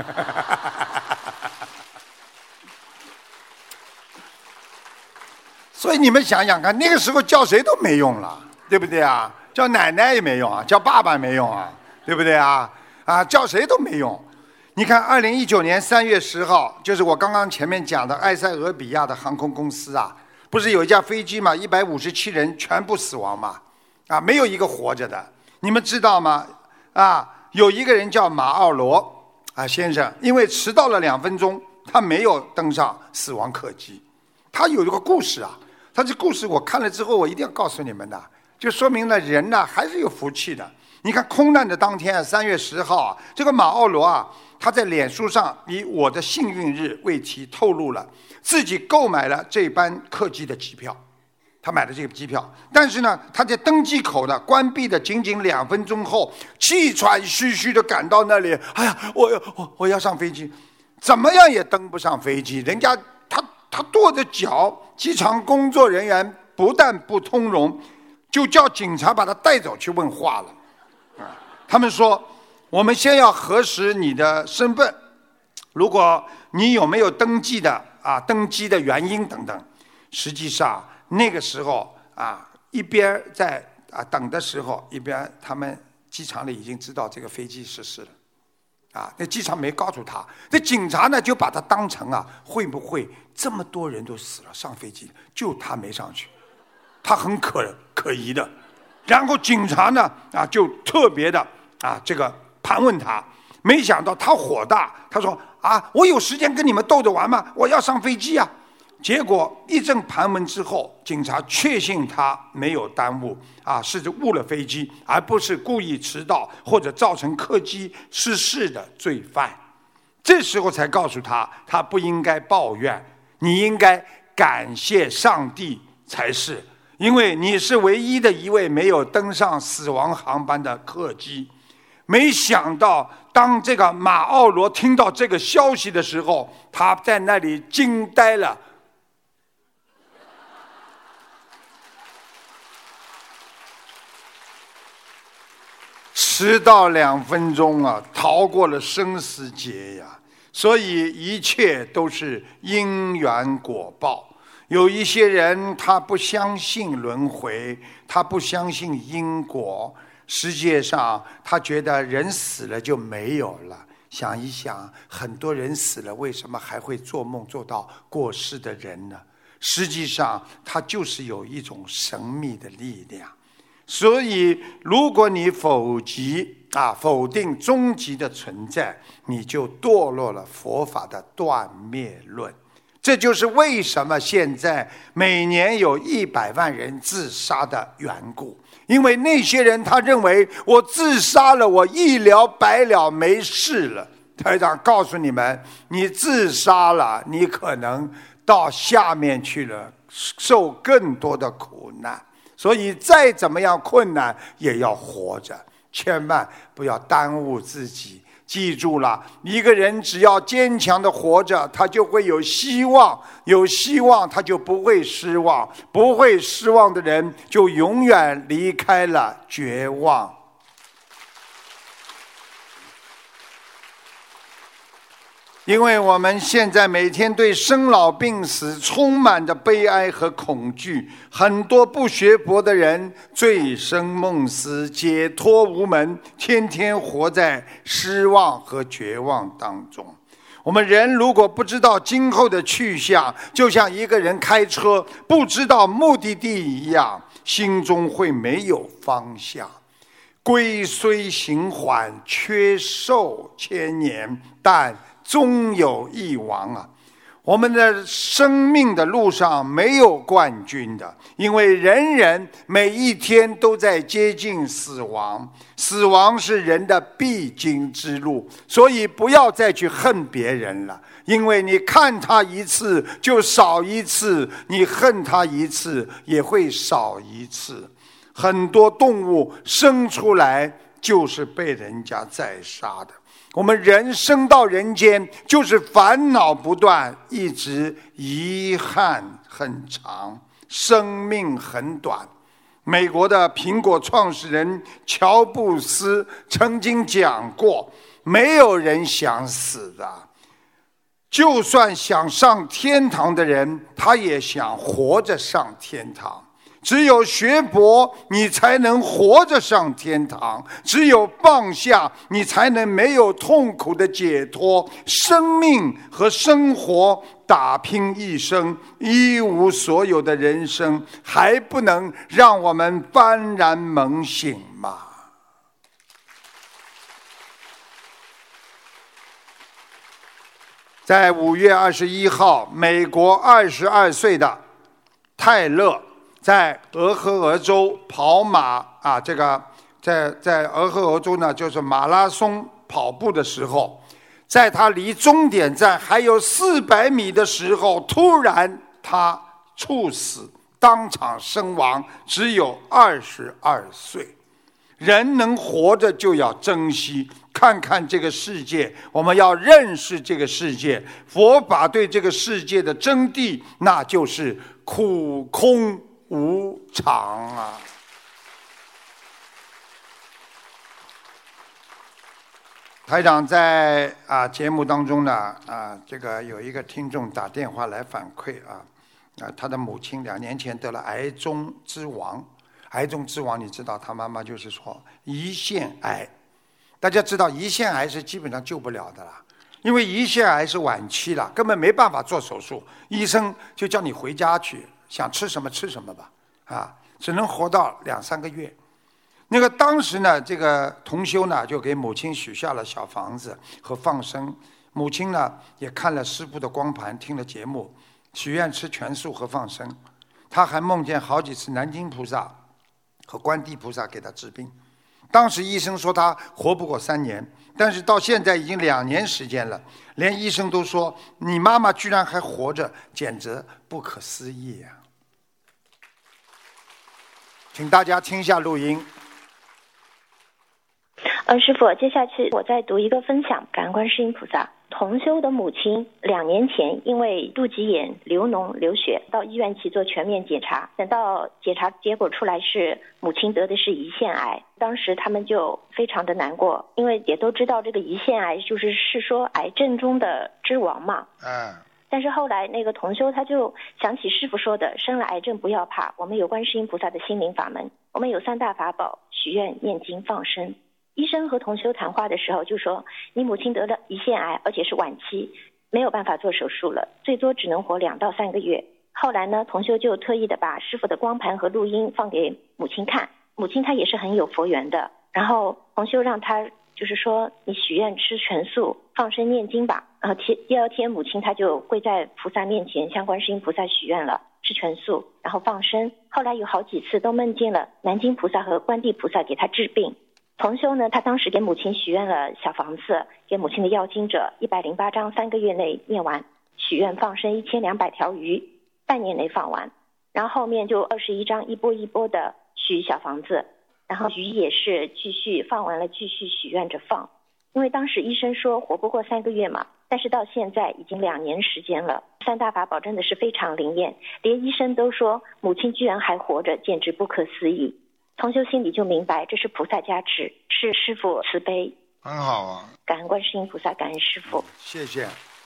所以你们想想看，那个时候叫谁都没用了，对不对啊？叫奶奶也没用啊，叫爸爸也没用啊，对不对啊？啊，叫谁都没用。你看，2019年3月10号，就是我刚刚前面讲的埃塞俄比亚的航空公司啊。不是有一架飞机嘛，157人全部死亡嘛，啊，没有一个活着的。你们知道吗？啊，有一个人叫马奥罗啊先生，因为迟到了2分钟，他没有登上死亡客机。他有一个故事啊，他这故事我看了之后，我一定要告诉你们的，就说明了人呢还是有福气的。你看空难的当天3月10号啊，这个马奥罗啊，他在脸书上以我的幸运日为题透露了自己购买了这班客机的机票，他买的这个机票，但是呢，他在登机口呢关闭的仅仅2分钟后，气喘吁吁的赶到那里，哎呀，我要上飞机，怎么样也登不上飞机，人家他跺着脚，机场工作人员不但不通融，就叫警察把他带走去问话了。他们说，我们先要核实你的身份，如果你有没有登记的登机的原因等等。实际上那个时候啊，一边在等的时候，一边他们机场里已经知道这个飞机失事了，啊，那机场没告诉他，这警察呢就把他当成会不会这么多人都死了上飞机，就他没上去，他很可疑的。然后警察呢就特别的这个盘问他，没想到他火大，他说我有时间跟你们斗着玩吗？我要上飞机啊！结果一阵盘问之后，警察确信他没有耽误是误了飞机，而不是故意迟到或者造成客机失事的罪犯。这时候才告诉他，他不应该抱怨，你应该感谢上帝才是，因为你是唯一的一位没有登上死亡航班的客机。没想到当这个马奥罗听到这个消息的时候，他在那里惊呆了。迟到2分钟逃过了生死劫呀！所以一切都是因缘果报。有一些人他不相信轮回，他不相信因果，实际上他觉得人死了就没有了。想一想，很多人死了，为什么还会做梦做到过世的人呢？实际上他就是有一种神秘的力量。所以如果你否定终极的存在，你就堕落了佛法的断灭论。这就是为什么现在每年有100万人自杀的缘故。因为那些人他认为我自杀了，我一了百了，没事了。台长告诉你们，你自杀了，你可能到下面去了，受更多的苦难。所以再怎么样困难也要活着，千万不要耽误自己。记住了，一个人只要坚强的活着，他就会有希望，有希望他就不会失望，不会失望的人就永远离开了绝望。因为我们现在每天对生老病死充满着悲哀和恐惧，很多不学佛的人醉生梦死，解脱无门，天天活在失望和绝望当中。我们人如果不知道今后的去向，就像一个人开车不知道目的地一样，心中会没有方向。归虽行缓，却寿千年，但终有一亡啊！我们的生命的路上没有冠军的，因为人人每一天都在接近死亡，死亡是人的必经之路，所以不要再去恨别人了，因为你看他一次就少一次，你恨他一次也会少一次。很多动物生出来就是被人家宰杀的。我们人生到人间就是烦恼不断，一直遗憾很长，生命很短。美国的苹果创始人乔布斯曾经讲过，没有人想死的，就算想上天堂的人，他也想活着上天堂。只有学佛，你才能活着上天堂；只有放下，你才能没有痛苦的解脱。生命和生活打拼一生，一无所有的人生，还不能让我们幡然猛醒吗？在5月21号，美国22岁的泰勒在俄亥俄州跑马啊，这个在俄亥俄州呢，就是马拉松跑步的时候，在他离终点站还有400米的时候，突然他猝死，当场身亡，只有22岁。人能活着就要珍惜，看看这个世界，我们要认识这个世界。佛法对这个世界的真谛，那就是苦空无常啊！台长在节目当中呢这个有一个听众打电话来反馈他的母亲2年前得了癌中之王。癌中之王，你知道他妈妈就是说胰腺癌。大家知道胰腺癌是基本上救不了的啦，因为胰腺癌是晚期了，根本没办法做手术，医生就叫你回家去，想吃什么吃什么吧，只能活到2-3个月。那个当时呢，这个同修呢就给母亲许下了小房子和放生，母亲呢也看了师父的光盘，听了节目，许愿吃全素和放生。他还梦见好几次南京菩萨和观地菩萨给他治病。当时医生说他活不过3年，但是到现在已经2年时间了，连医生都说你妈妈居然还活着，简直不可思议啊！请大家听一下录音。 师父，接下去我再读一个分享。感恩观世音菩萨。同修的母亲2年前因为肚脐眼流脓流血，到医院去做全面检查，等到检查结果出来是母亲得的是胰腺癌。当时他们就非常的难过，因为也都知道这个胰腺癌是说癌症中的之王嘛。但是后来那个同修他就想起师父说的，生了癌症不要怕，我们有观世音菩萨的心灵法门，我们有3大法宝，许愿念经放生。医生和同修谈话的时候就说，你母亲得了胰腺癌，而且是晚期，没有办法做手术了，最多只能活2到3个月。后来呢，同修就特意的把师父的光盘和录音放给母亲看，母亲她也是很有佛缘的，然后同修让她就是说，你许愿吃全素放生念经吧。然后第2天母亲她就跪在菩萨面前向观世音菩萨许愿了，吃全素然后放生。后来有好几次都梦见了南京菩萨和观地菩萨给她治病。同修呢，他当时给母亲许愿了小房子，给母亲的要经者108章3个月内念完。 许愿放生1200条鱼，半年内放完。然后后面就21章一波一波的许小房子，然后鱼也是继续放完了，继续许愿着放。因为当时医生说活不过3个月嘛，但是到现在已经2年时间了。三大法宝真的是非常灵验，连医生都说母亲居然还活着，简直不可思议。同修心里就明白，这是菩萨加持，是师父慈悲。 很好啊， 感恩观世音菩萨，感恩师父。 谢谢。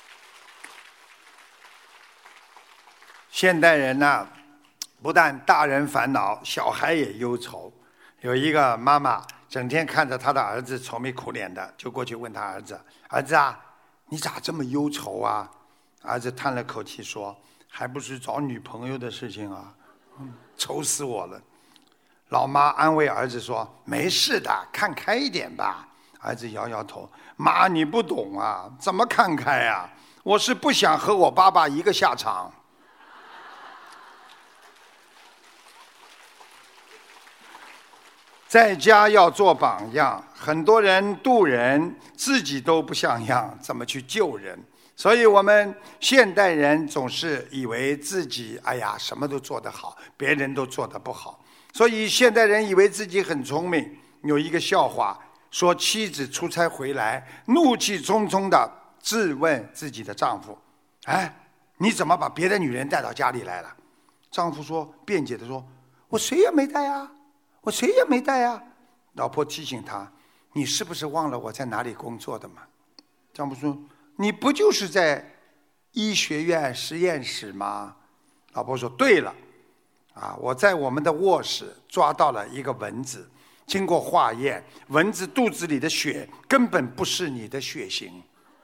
现代人呢，不但大人烦恼，小孩也忧愁。有一个妈妈整天看着她的儿子愁眉苦脸的，就过去问他儿子：“儿子啊，你咋这么忧愁啊？”儿子叹了口气说：“还不是找女朋友的事情啊，愁死我了。”老妈安慰儿子说：“没事的，看开一点吧。”儿子摇摇头：“妈，你不懂啊，怎么看开啊？我是不想和我爸爸一个下场。”在家要做榜样，很多人渡人自己都不像样，怎么去救人？所以我们现代人总是以为自己什么都做得好，别人都做得不好。所以现代人以为自己很聪明。有一个笑话说，妻子出差回来，怒气冲冲地质问自己的丈夫：“你怎么把别的女人带到家里来了？”丈夫辩解地说：“我谁也没带啊，我谁也没带啊。”老婆提醒他：“你是不是忘了我在哪里工作的吗？”丈夫说：“你不就是在医学院实验室吗？”老婆说：“对了，我在我们的卧室抓到了一个蚊子，经过化验，蚊子肚子里的血根本不是你的血型。”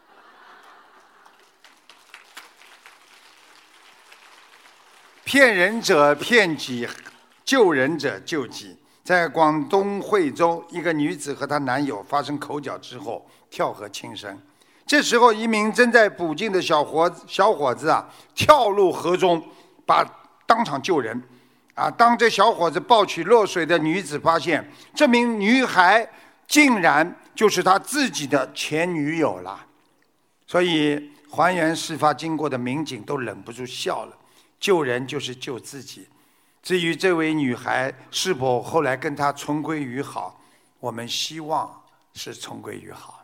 骗人者骗己，救人者救己。在广东惠州，一个女子和她男友发生口角之后跳河轻生。这时候，一名正在补劲的小伙子跳入河中，当场救人。当这小伙子抱起落水的女子，发现这名女孩竟然就是他自己的前女友了。所以还原事发经过的民警都忍不住笑了。救人就是救自己。至于这位女孩是否后来跟他重归于好，我们希望是重归于好。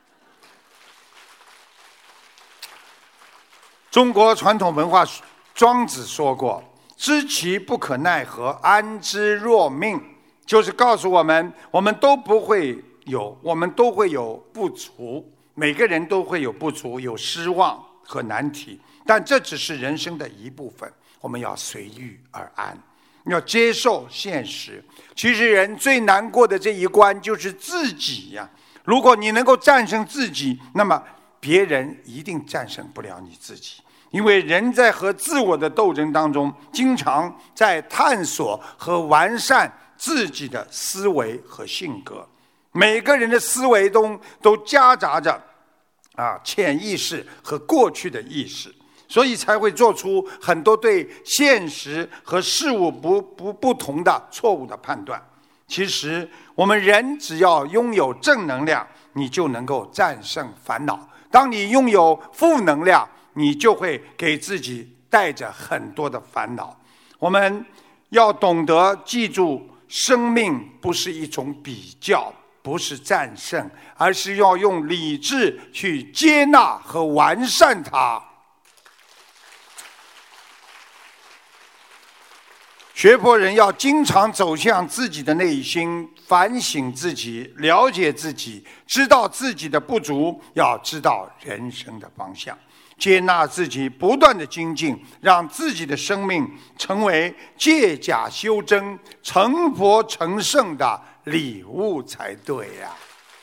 中国传统文化，庄子说过：“知其不可奈何，安之若命。”就是告诉我们，我们都会有不足，每个人都会有不足，有失望和难题，但这只是人生的一部分。我们要随遇而安，要接受现实。其实人最难过的这一关就是自己呀。如果你能够战胜自己，那么别人一定战胜不了你自己。因为人在和自我的斗争当中，经常在探索和完善自己的思维和性格。每个人的思维中都夹杂着潜意识和过去的意识，所以才会做出很多对现实和事物不同的错误的判断。其实我们人只要拥有正能量，你就能够战胜烦恼。当你拥有负能量，你就会给自己带着很多的烦恼。我们要懂得记住，生命不是一种比较，不是战胜，而是要用理智去接纳和完善它。学佛人要经常走向自己的内心，反省自己，了解自己，知道自己的不足，要知道人生的方向，接纳自己，不断的精进，让自己的生命成为借假修真、成佛成圣的礼物才对呀。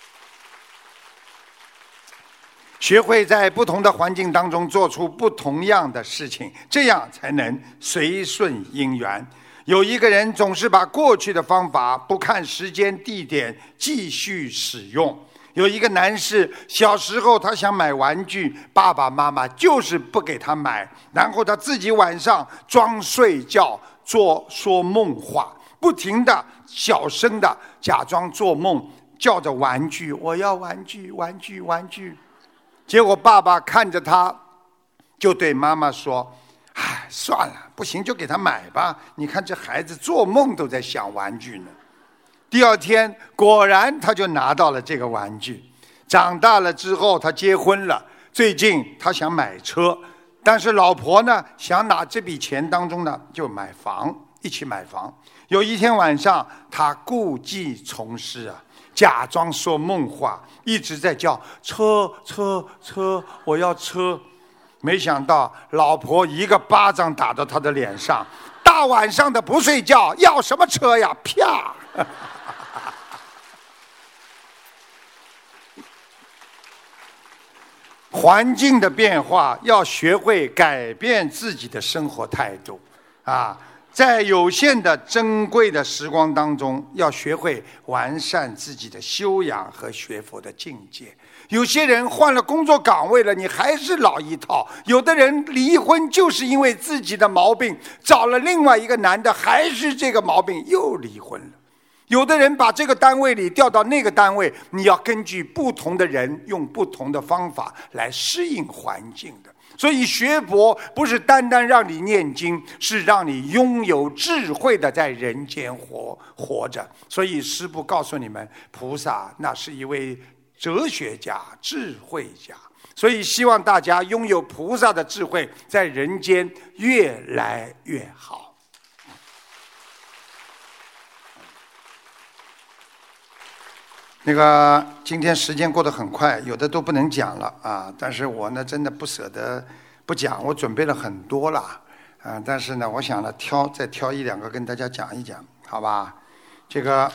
学会在不同的环境当中做出不同样的事情，这样才能随顺因缘。有一个人总是把过去的方法不看时间地点继续使用。有一个男士小时候他想买玩具，爸爸妈妈就是不给他买，然后他自己晚上装睡觉说梦话，不停的小声的假装做梦，叫着玩具，我要玩具玩具玩具。结果爸爸看着他就对妈妈说：哎，算了，不行就给他买吧，你看这孩子做梦都在想玩具呢。第二天果然他就拿到了这个玩具。长大了之后他结婚了，最近他想买车，但是老婆呢想拿这笔钱当中呢就买房，一起买房。有一天晚上他故技重施啊，假装说梦话，一直在叫车车车，我要车。没想到老婆一个巴掌打到他的脸上，大晚上的不睡觉，要什么车呀？啪！环境的变化，要学会改变自己的生活态度啊！在有限的珍贵的时光当中，要学会完善自己的修养和学佛的境界。有些人换了工作岗位了，你还是老一套；有的人离婚就是因为自己的毛病，找了另外一个男的，还是这个毛病又离婚了。有的人把这个单位里调到那个单位，你要根据不同的人，用不同的方法来适应环境的。所以学佛不是单单让你念经，是让你拥有智慧的在人间活着。所以师父告诉你们，菩萨那是一位哲学家、智慧家。所以希望大家拥有菩萨的智慧，在人间越来越好。那个今天时间过得很快，有的都不能讲了啊！但是我呢，真的不舍得不讲，我准备了很多了啊！但是呢，我想呢，再挑一两个跟大家讲一讲，好吧？这个，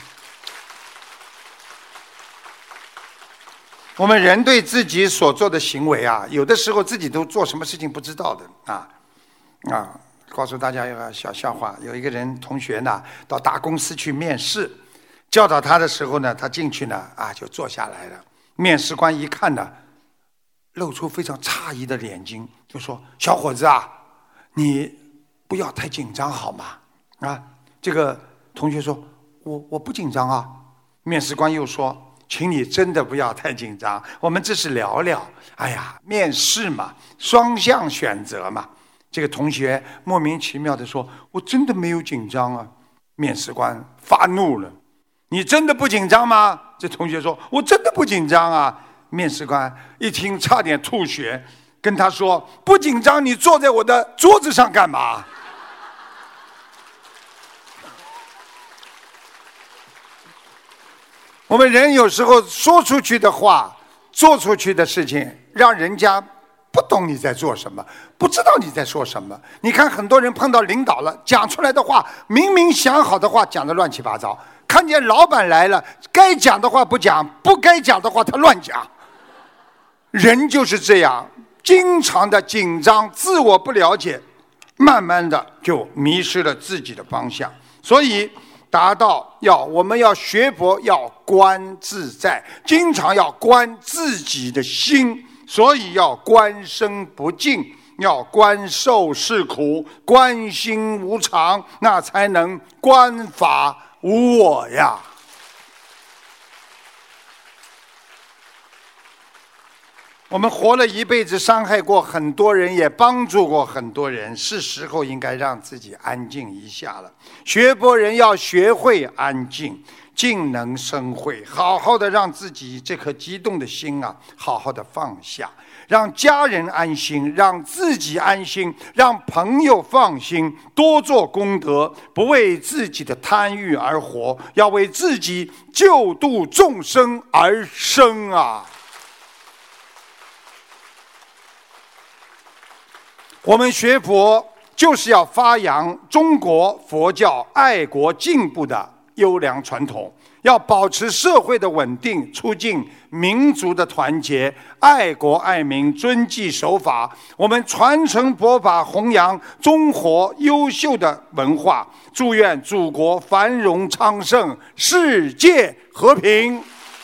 我们人对自己所做的行为啊，有的时候自己都做什么事情不知道的啊！告诉大家一个小笑话，有一个人同学呢，到大公司去面试。教导他的时候呢，他进去呢就坐下来了。面试官一看呢，露出非常诧异的眼睛，就说：“小伙子啊，你不要太紧张好吗？”这个同学说：“我不紧张啊。”面试官又说：“请你真的不要太紧张，我们这是聊聊。哎呀，面试嘛，双向选择嘛。”这个同学莫名其妙地说：“我真的没有紧张啊。”面试官发怒了。你真的不紧张吗？这同学说：“我真的不紧张啊。”面试官一听差点吐血，跟他说：“不紧张，你坐在我的桌子上干嘛？”我们人有时候说出去的话，做出去的事情，让人家不懂你在做什么，不知道你在说什么。你看很多人碰到领导了，讲出来的话，明明想好的话讲得乱七八糟。看见老板来了，该讲的话不讲，不该讲的话他乱讲。人就是这样，经常的紧张，自我不了解，慢慢的就迷失了自己的方向。所以我们要学佛，要观自在，经常要观自己的心。所以要观身不净，要观受是苦，观心无常，那才能观法无我呀。我们活了一辈子，伤害过很多人，也帮助过很多人，是时候应该让自己安静一下了。学佛人要学会安静，静能生慧，好好的让自己这颗激动的心好好的放下，让家人安心，让自己安心，让朋友放心，多做功德，不为自己的贪欲而活，要为自己救度众生而生啊！我们学佛就是要发扬中国佛教爱国进步的优良传统，要保持社会的稳定，促进民族的团结，爱国爱民，遵纪守法。我们传承佛法，弘扬中国优秀的文化，祝愿祖国繁荣昌盛，世界和平。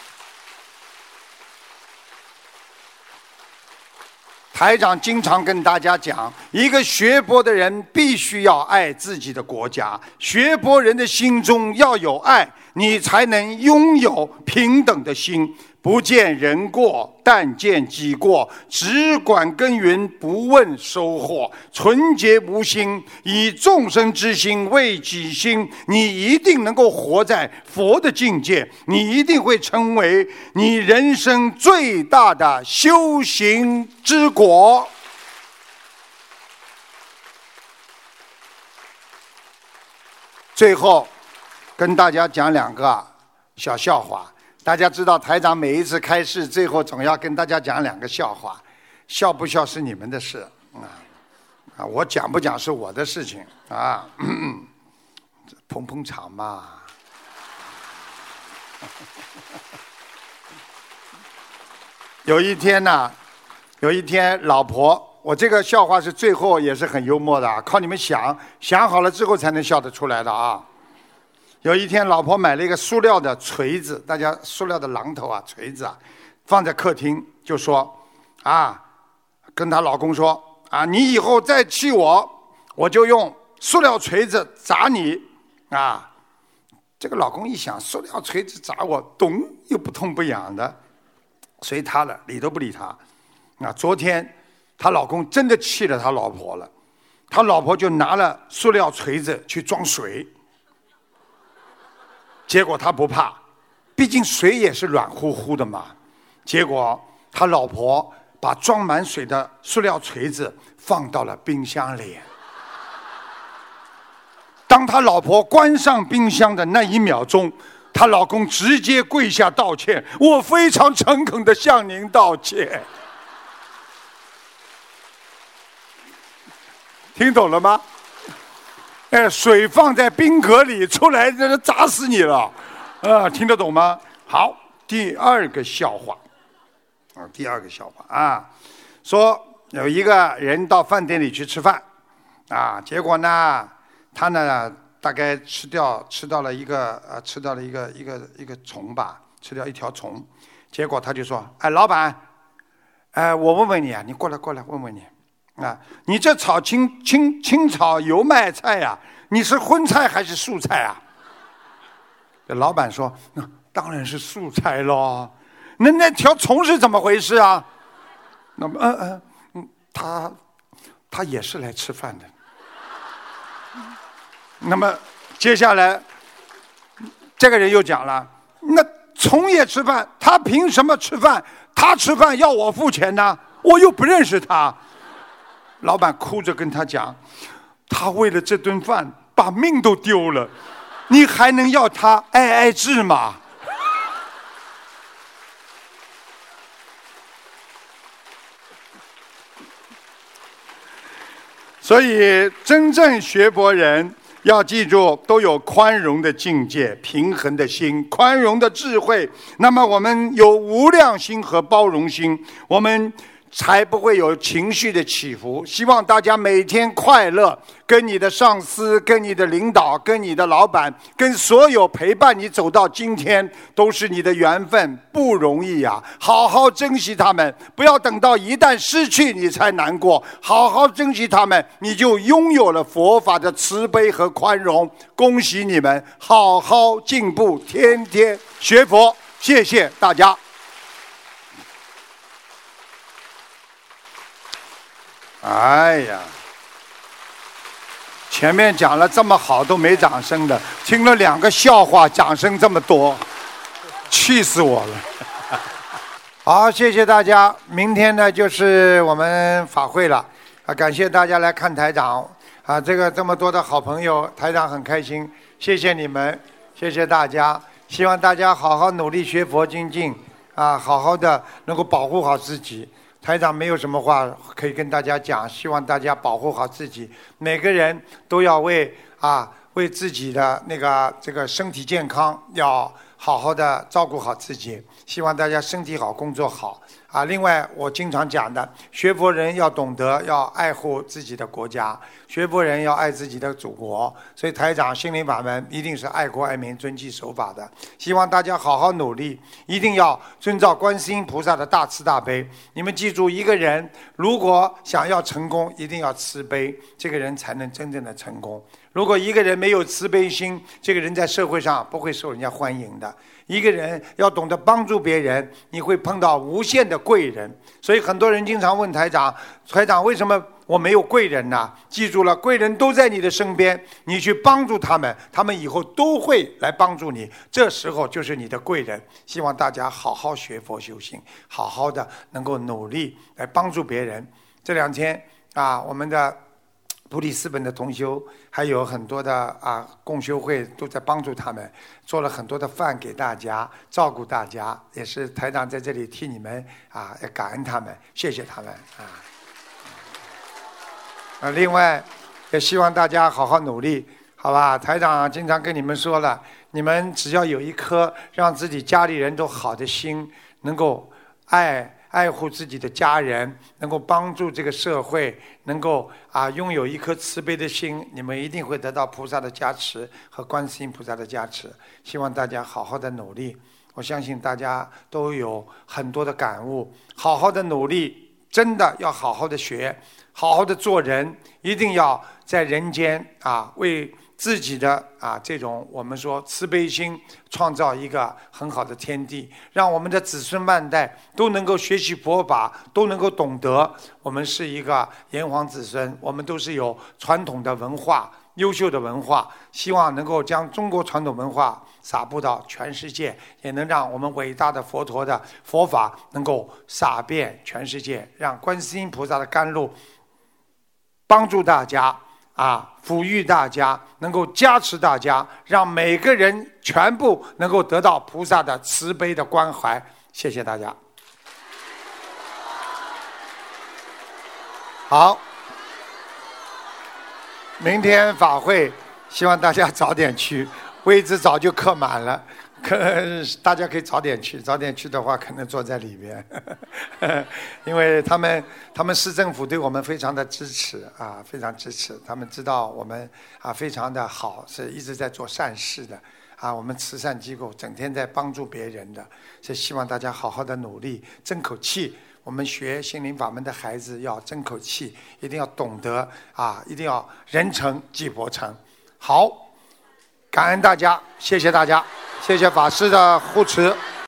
台长经常跟大家讲，一个学佛的人必须要爱自己的国家，学佛人的心中要有爱， 你才能拥有平等的心。不见人过，但见己过，只管耕耘，不问收获。纯洁无心，以众生之心为己心，你一定能够活在佛的境界，你一定会成为你人生最大的修行之果。最后跟大家讲两个小笑话。大家知道台长每一次开示最后总要跟大家讲两个笑话，笑不笑是你们的事啊，我讲不讲是我的事情啊，捧捧场嘛。有一天老婆，我这个笑话是最后也是很幽默的啊，靠你们想好了之后才能笑得出来的啊。有一天，老婆买了一个塑料的锤子，大家塑料的榔头啊，锤子啊，放在客厅，就说啊，跟她老公说啊，你以后再气我，我就用塑料锤子砸你啊。这个老公一想，塑料锤子砸我，咚又不痛不痒的，随他了，理都不理他。啊，昨天她老公真的气了他老婆了，他老婆就拿了塑料锤子去装水。结果他不怕，毕竟水也是软乎乎的嘛。结果他老婆把装满水的塑料锤子放到了冰箱里。当他老婆关上冰箱的那一秒钟，他老公直接跪下道歉：“我非常诚恳地向您道歉。”听懂了吗？水放在冰格里出来，这砸死你了，听得懂吗？好，第二个笑话啊，说有一个人到饭店里去吃饭，啊，结果呢，他呢大概吃到了一个虫吧，吃掉一条虫，结果他就说：“哎，老板，我问问你啊，你过来问问你。”啊，你这炒清炒油麦菜呀，你是荤菜还是素菜啊？老板说：“当然是素菜咯。那条虫是怎么回事啊？”那么他也是来吃饭的。那么接下来这个人又讲了：“那虫也吃饭，他凭什么吃饭？他吃饭要我付钱呢？我又不认识他。”老板哭着跟他讲：“他为了这顿饭把命都丢了，你还能要他挨治吗？”所以真正学佛人要记住，都有宽容的境界、平衡的心、宽容的智慧，那么我们有无量心和包容心，我们才不会有情绪的起伏。希望大家每天快乐，跟你的上司、跟你的领导、跟你的老板、跟所有陪伴你走到今天，都是你的缘分，不容易呀！好好珍惜他们，不要等到一旦失去你才难过。好好珍惜他们，你就拥有了佛法的慈悲和宽容。恭喜你们，好好进步，天天学佛。谢谢大家。哎呀，前面讲了这么好都没掌声的，听了2个笑话掌声这么多，气死我了。好，谢谢大家。明天呢就是我们法会了啊，感谢大家来看台长啊，这么多的好朋友，台长很开心，谢谢你们，谢谢大家。希望大家好好努力学佛精进啊，好好的能够保护好自己。台长没有什么话可以跟大家讲，希望大家保护好自己，每个人都要为自己的这个身体健康要好好的照顾好自己，希望大家身体好，工作好另外我经常讲的，学佛人要懂得要爱护自己的国家，学佛人要爱自己的祖国，所以台长心灵法门一定是爱国爱民、遵纪守法的。希望大家好好努力，一定要遵照观世音菩萨的大慈大悲。你们记住，一个人如果想要成功，一定要慈悲，这个人才能真正的成功。如果一个人没有慈悲心，这个人在社会上不会受人家欢迎的。一个人要懂得帮助别人，你会碰到无限的贵人。所以很多人经常问台长，台长为什么我没有贵人呢？记住了，贵人都在你的身边，你去帮助他们，他们以后都会来帮助你，这时候就是你的贵人。希望大家好好学佛修行，好好的能够努力来帮助别人。这2天我们的普里斯本的同修还有很多的共修会都在帮助他们，做了很多的饭给大家，照顾大家，也是台长在这里替你们要感恩他们，谢谢他们另外也希望大家好好努力，好吧？台长经常跟你们说了，你们只要有一颗让自己家里人都好的心，能够爱护自己的家人，能够帮助这个社会，能够拥有一颗慈悲的心，你们一定会得到菩萨的加持和观世音菩萨的加持。希望大家好好的努力，我相信大家都有很多的感悟，好好的努力，真的要好好的学，好好的做人，一定要在人间为自己的这种我们说慈悲心创造一个很好的天地，让我们的子孙万代都能够学习佛法，都能够懂得我们是一个炎黄子孙，我们都是有传统的文化，优秀的文化，希望能够将中国传统文化撒布到全世界，也能让我们伟大的佛陀的佛法能够洒遍全世界，让观世音菩萨的甘露帮助大家抚育大家，能够加持大家，让每个人全部能够得到菩萨的慈悲的关怀。谢谢大家。好，明天法会希望大家早点去，位置早就客满了，大家可以早点去，早点去的话可能坐在里边因为他们市政府对我们非常的支持非常支持，他们知道我们非常的好，是一直在做善事的我们慈善机构整天在帮助别人的，所以希望大家好好的努力，争口气。我们学心灵法门的孩子要争口气，一定要懂得一定要人成即佛成。好，感恩大家，谢谢大家，谢谢法师的护持。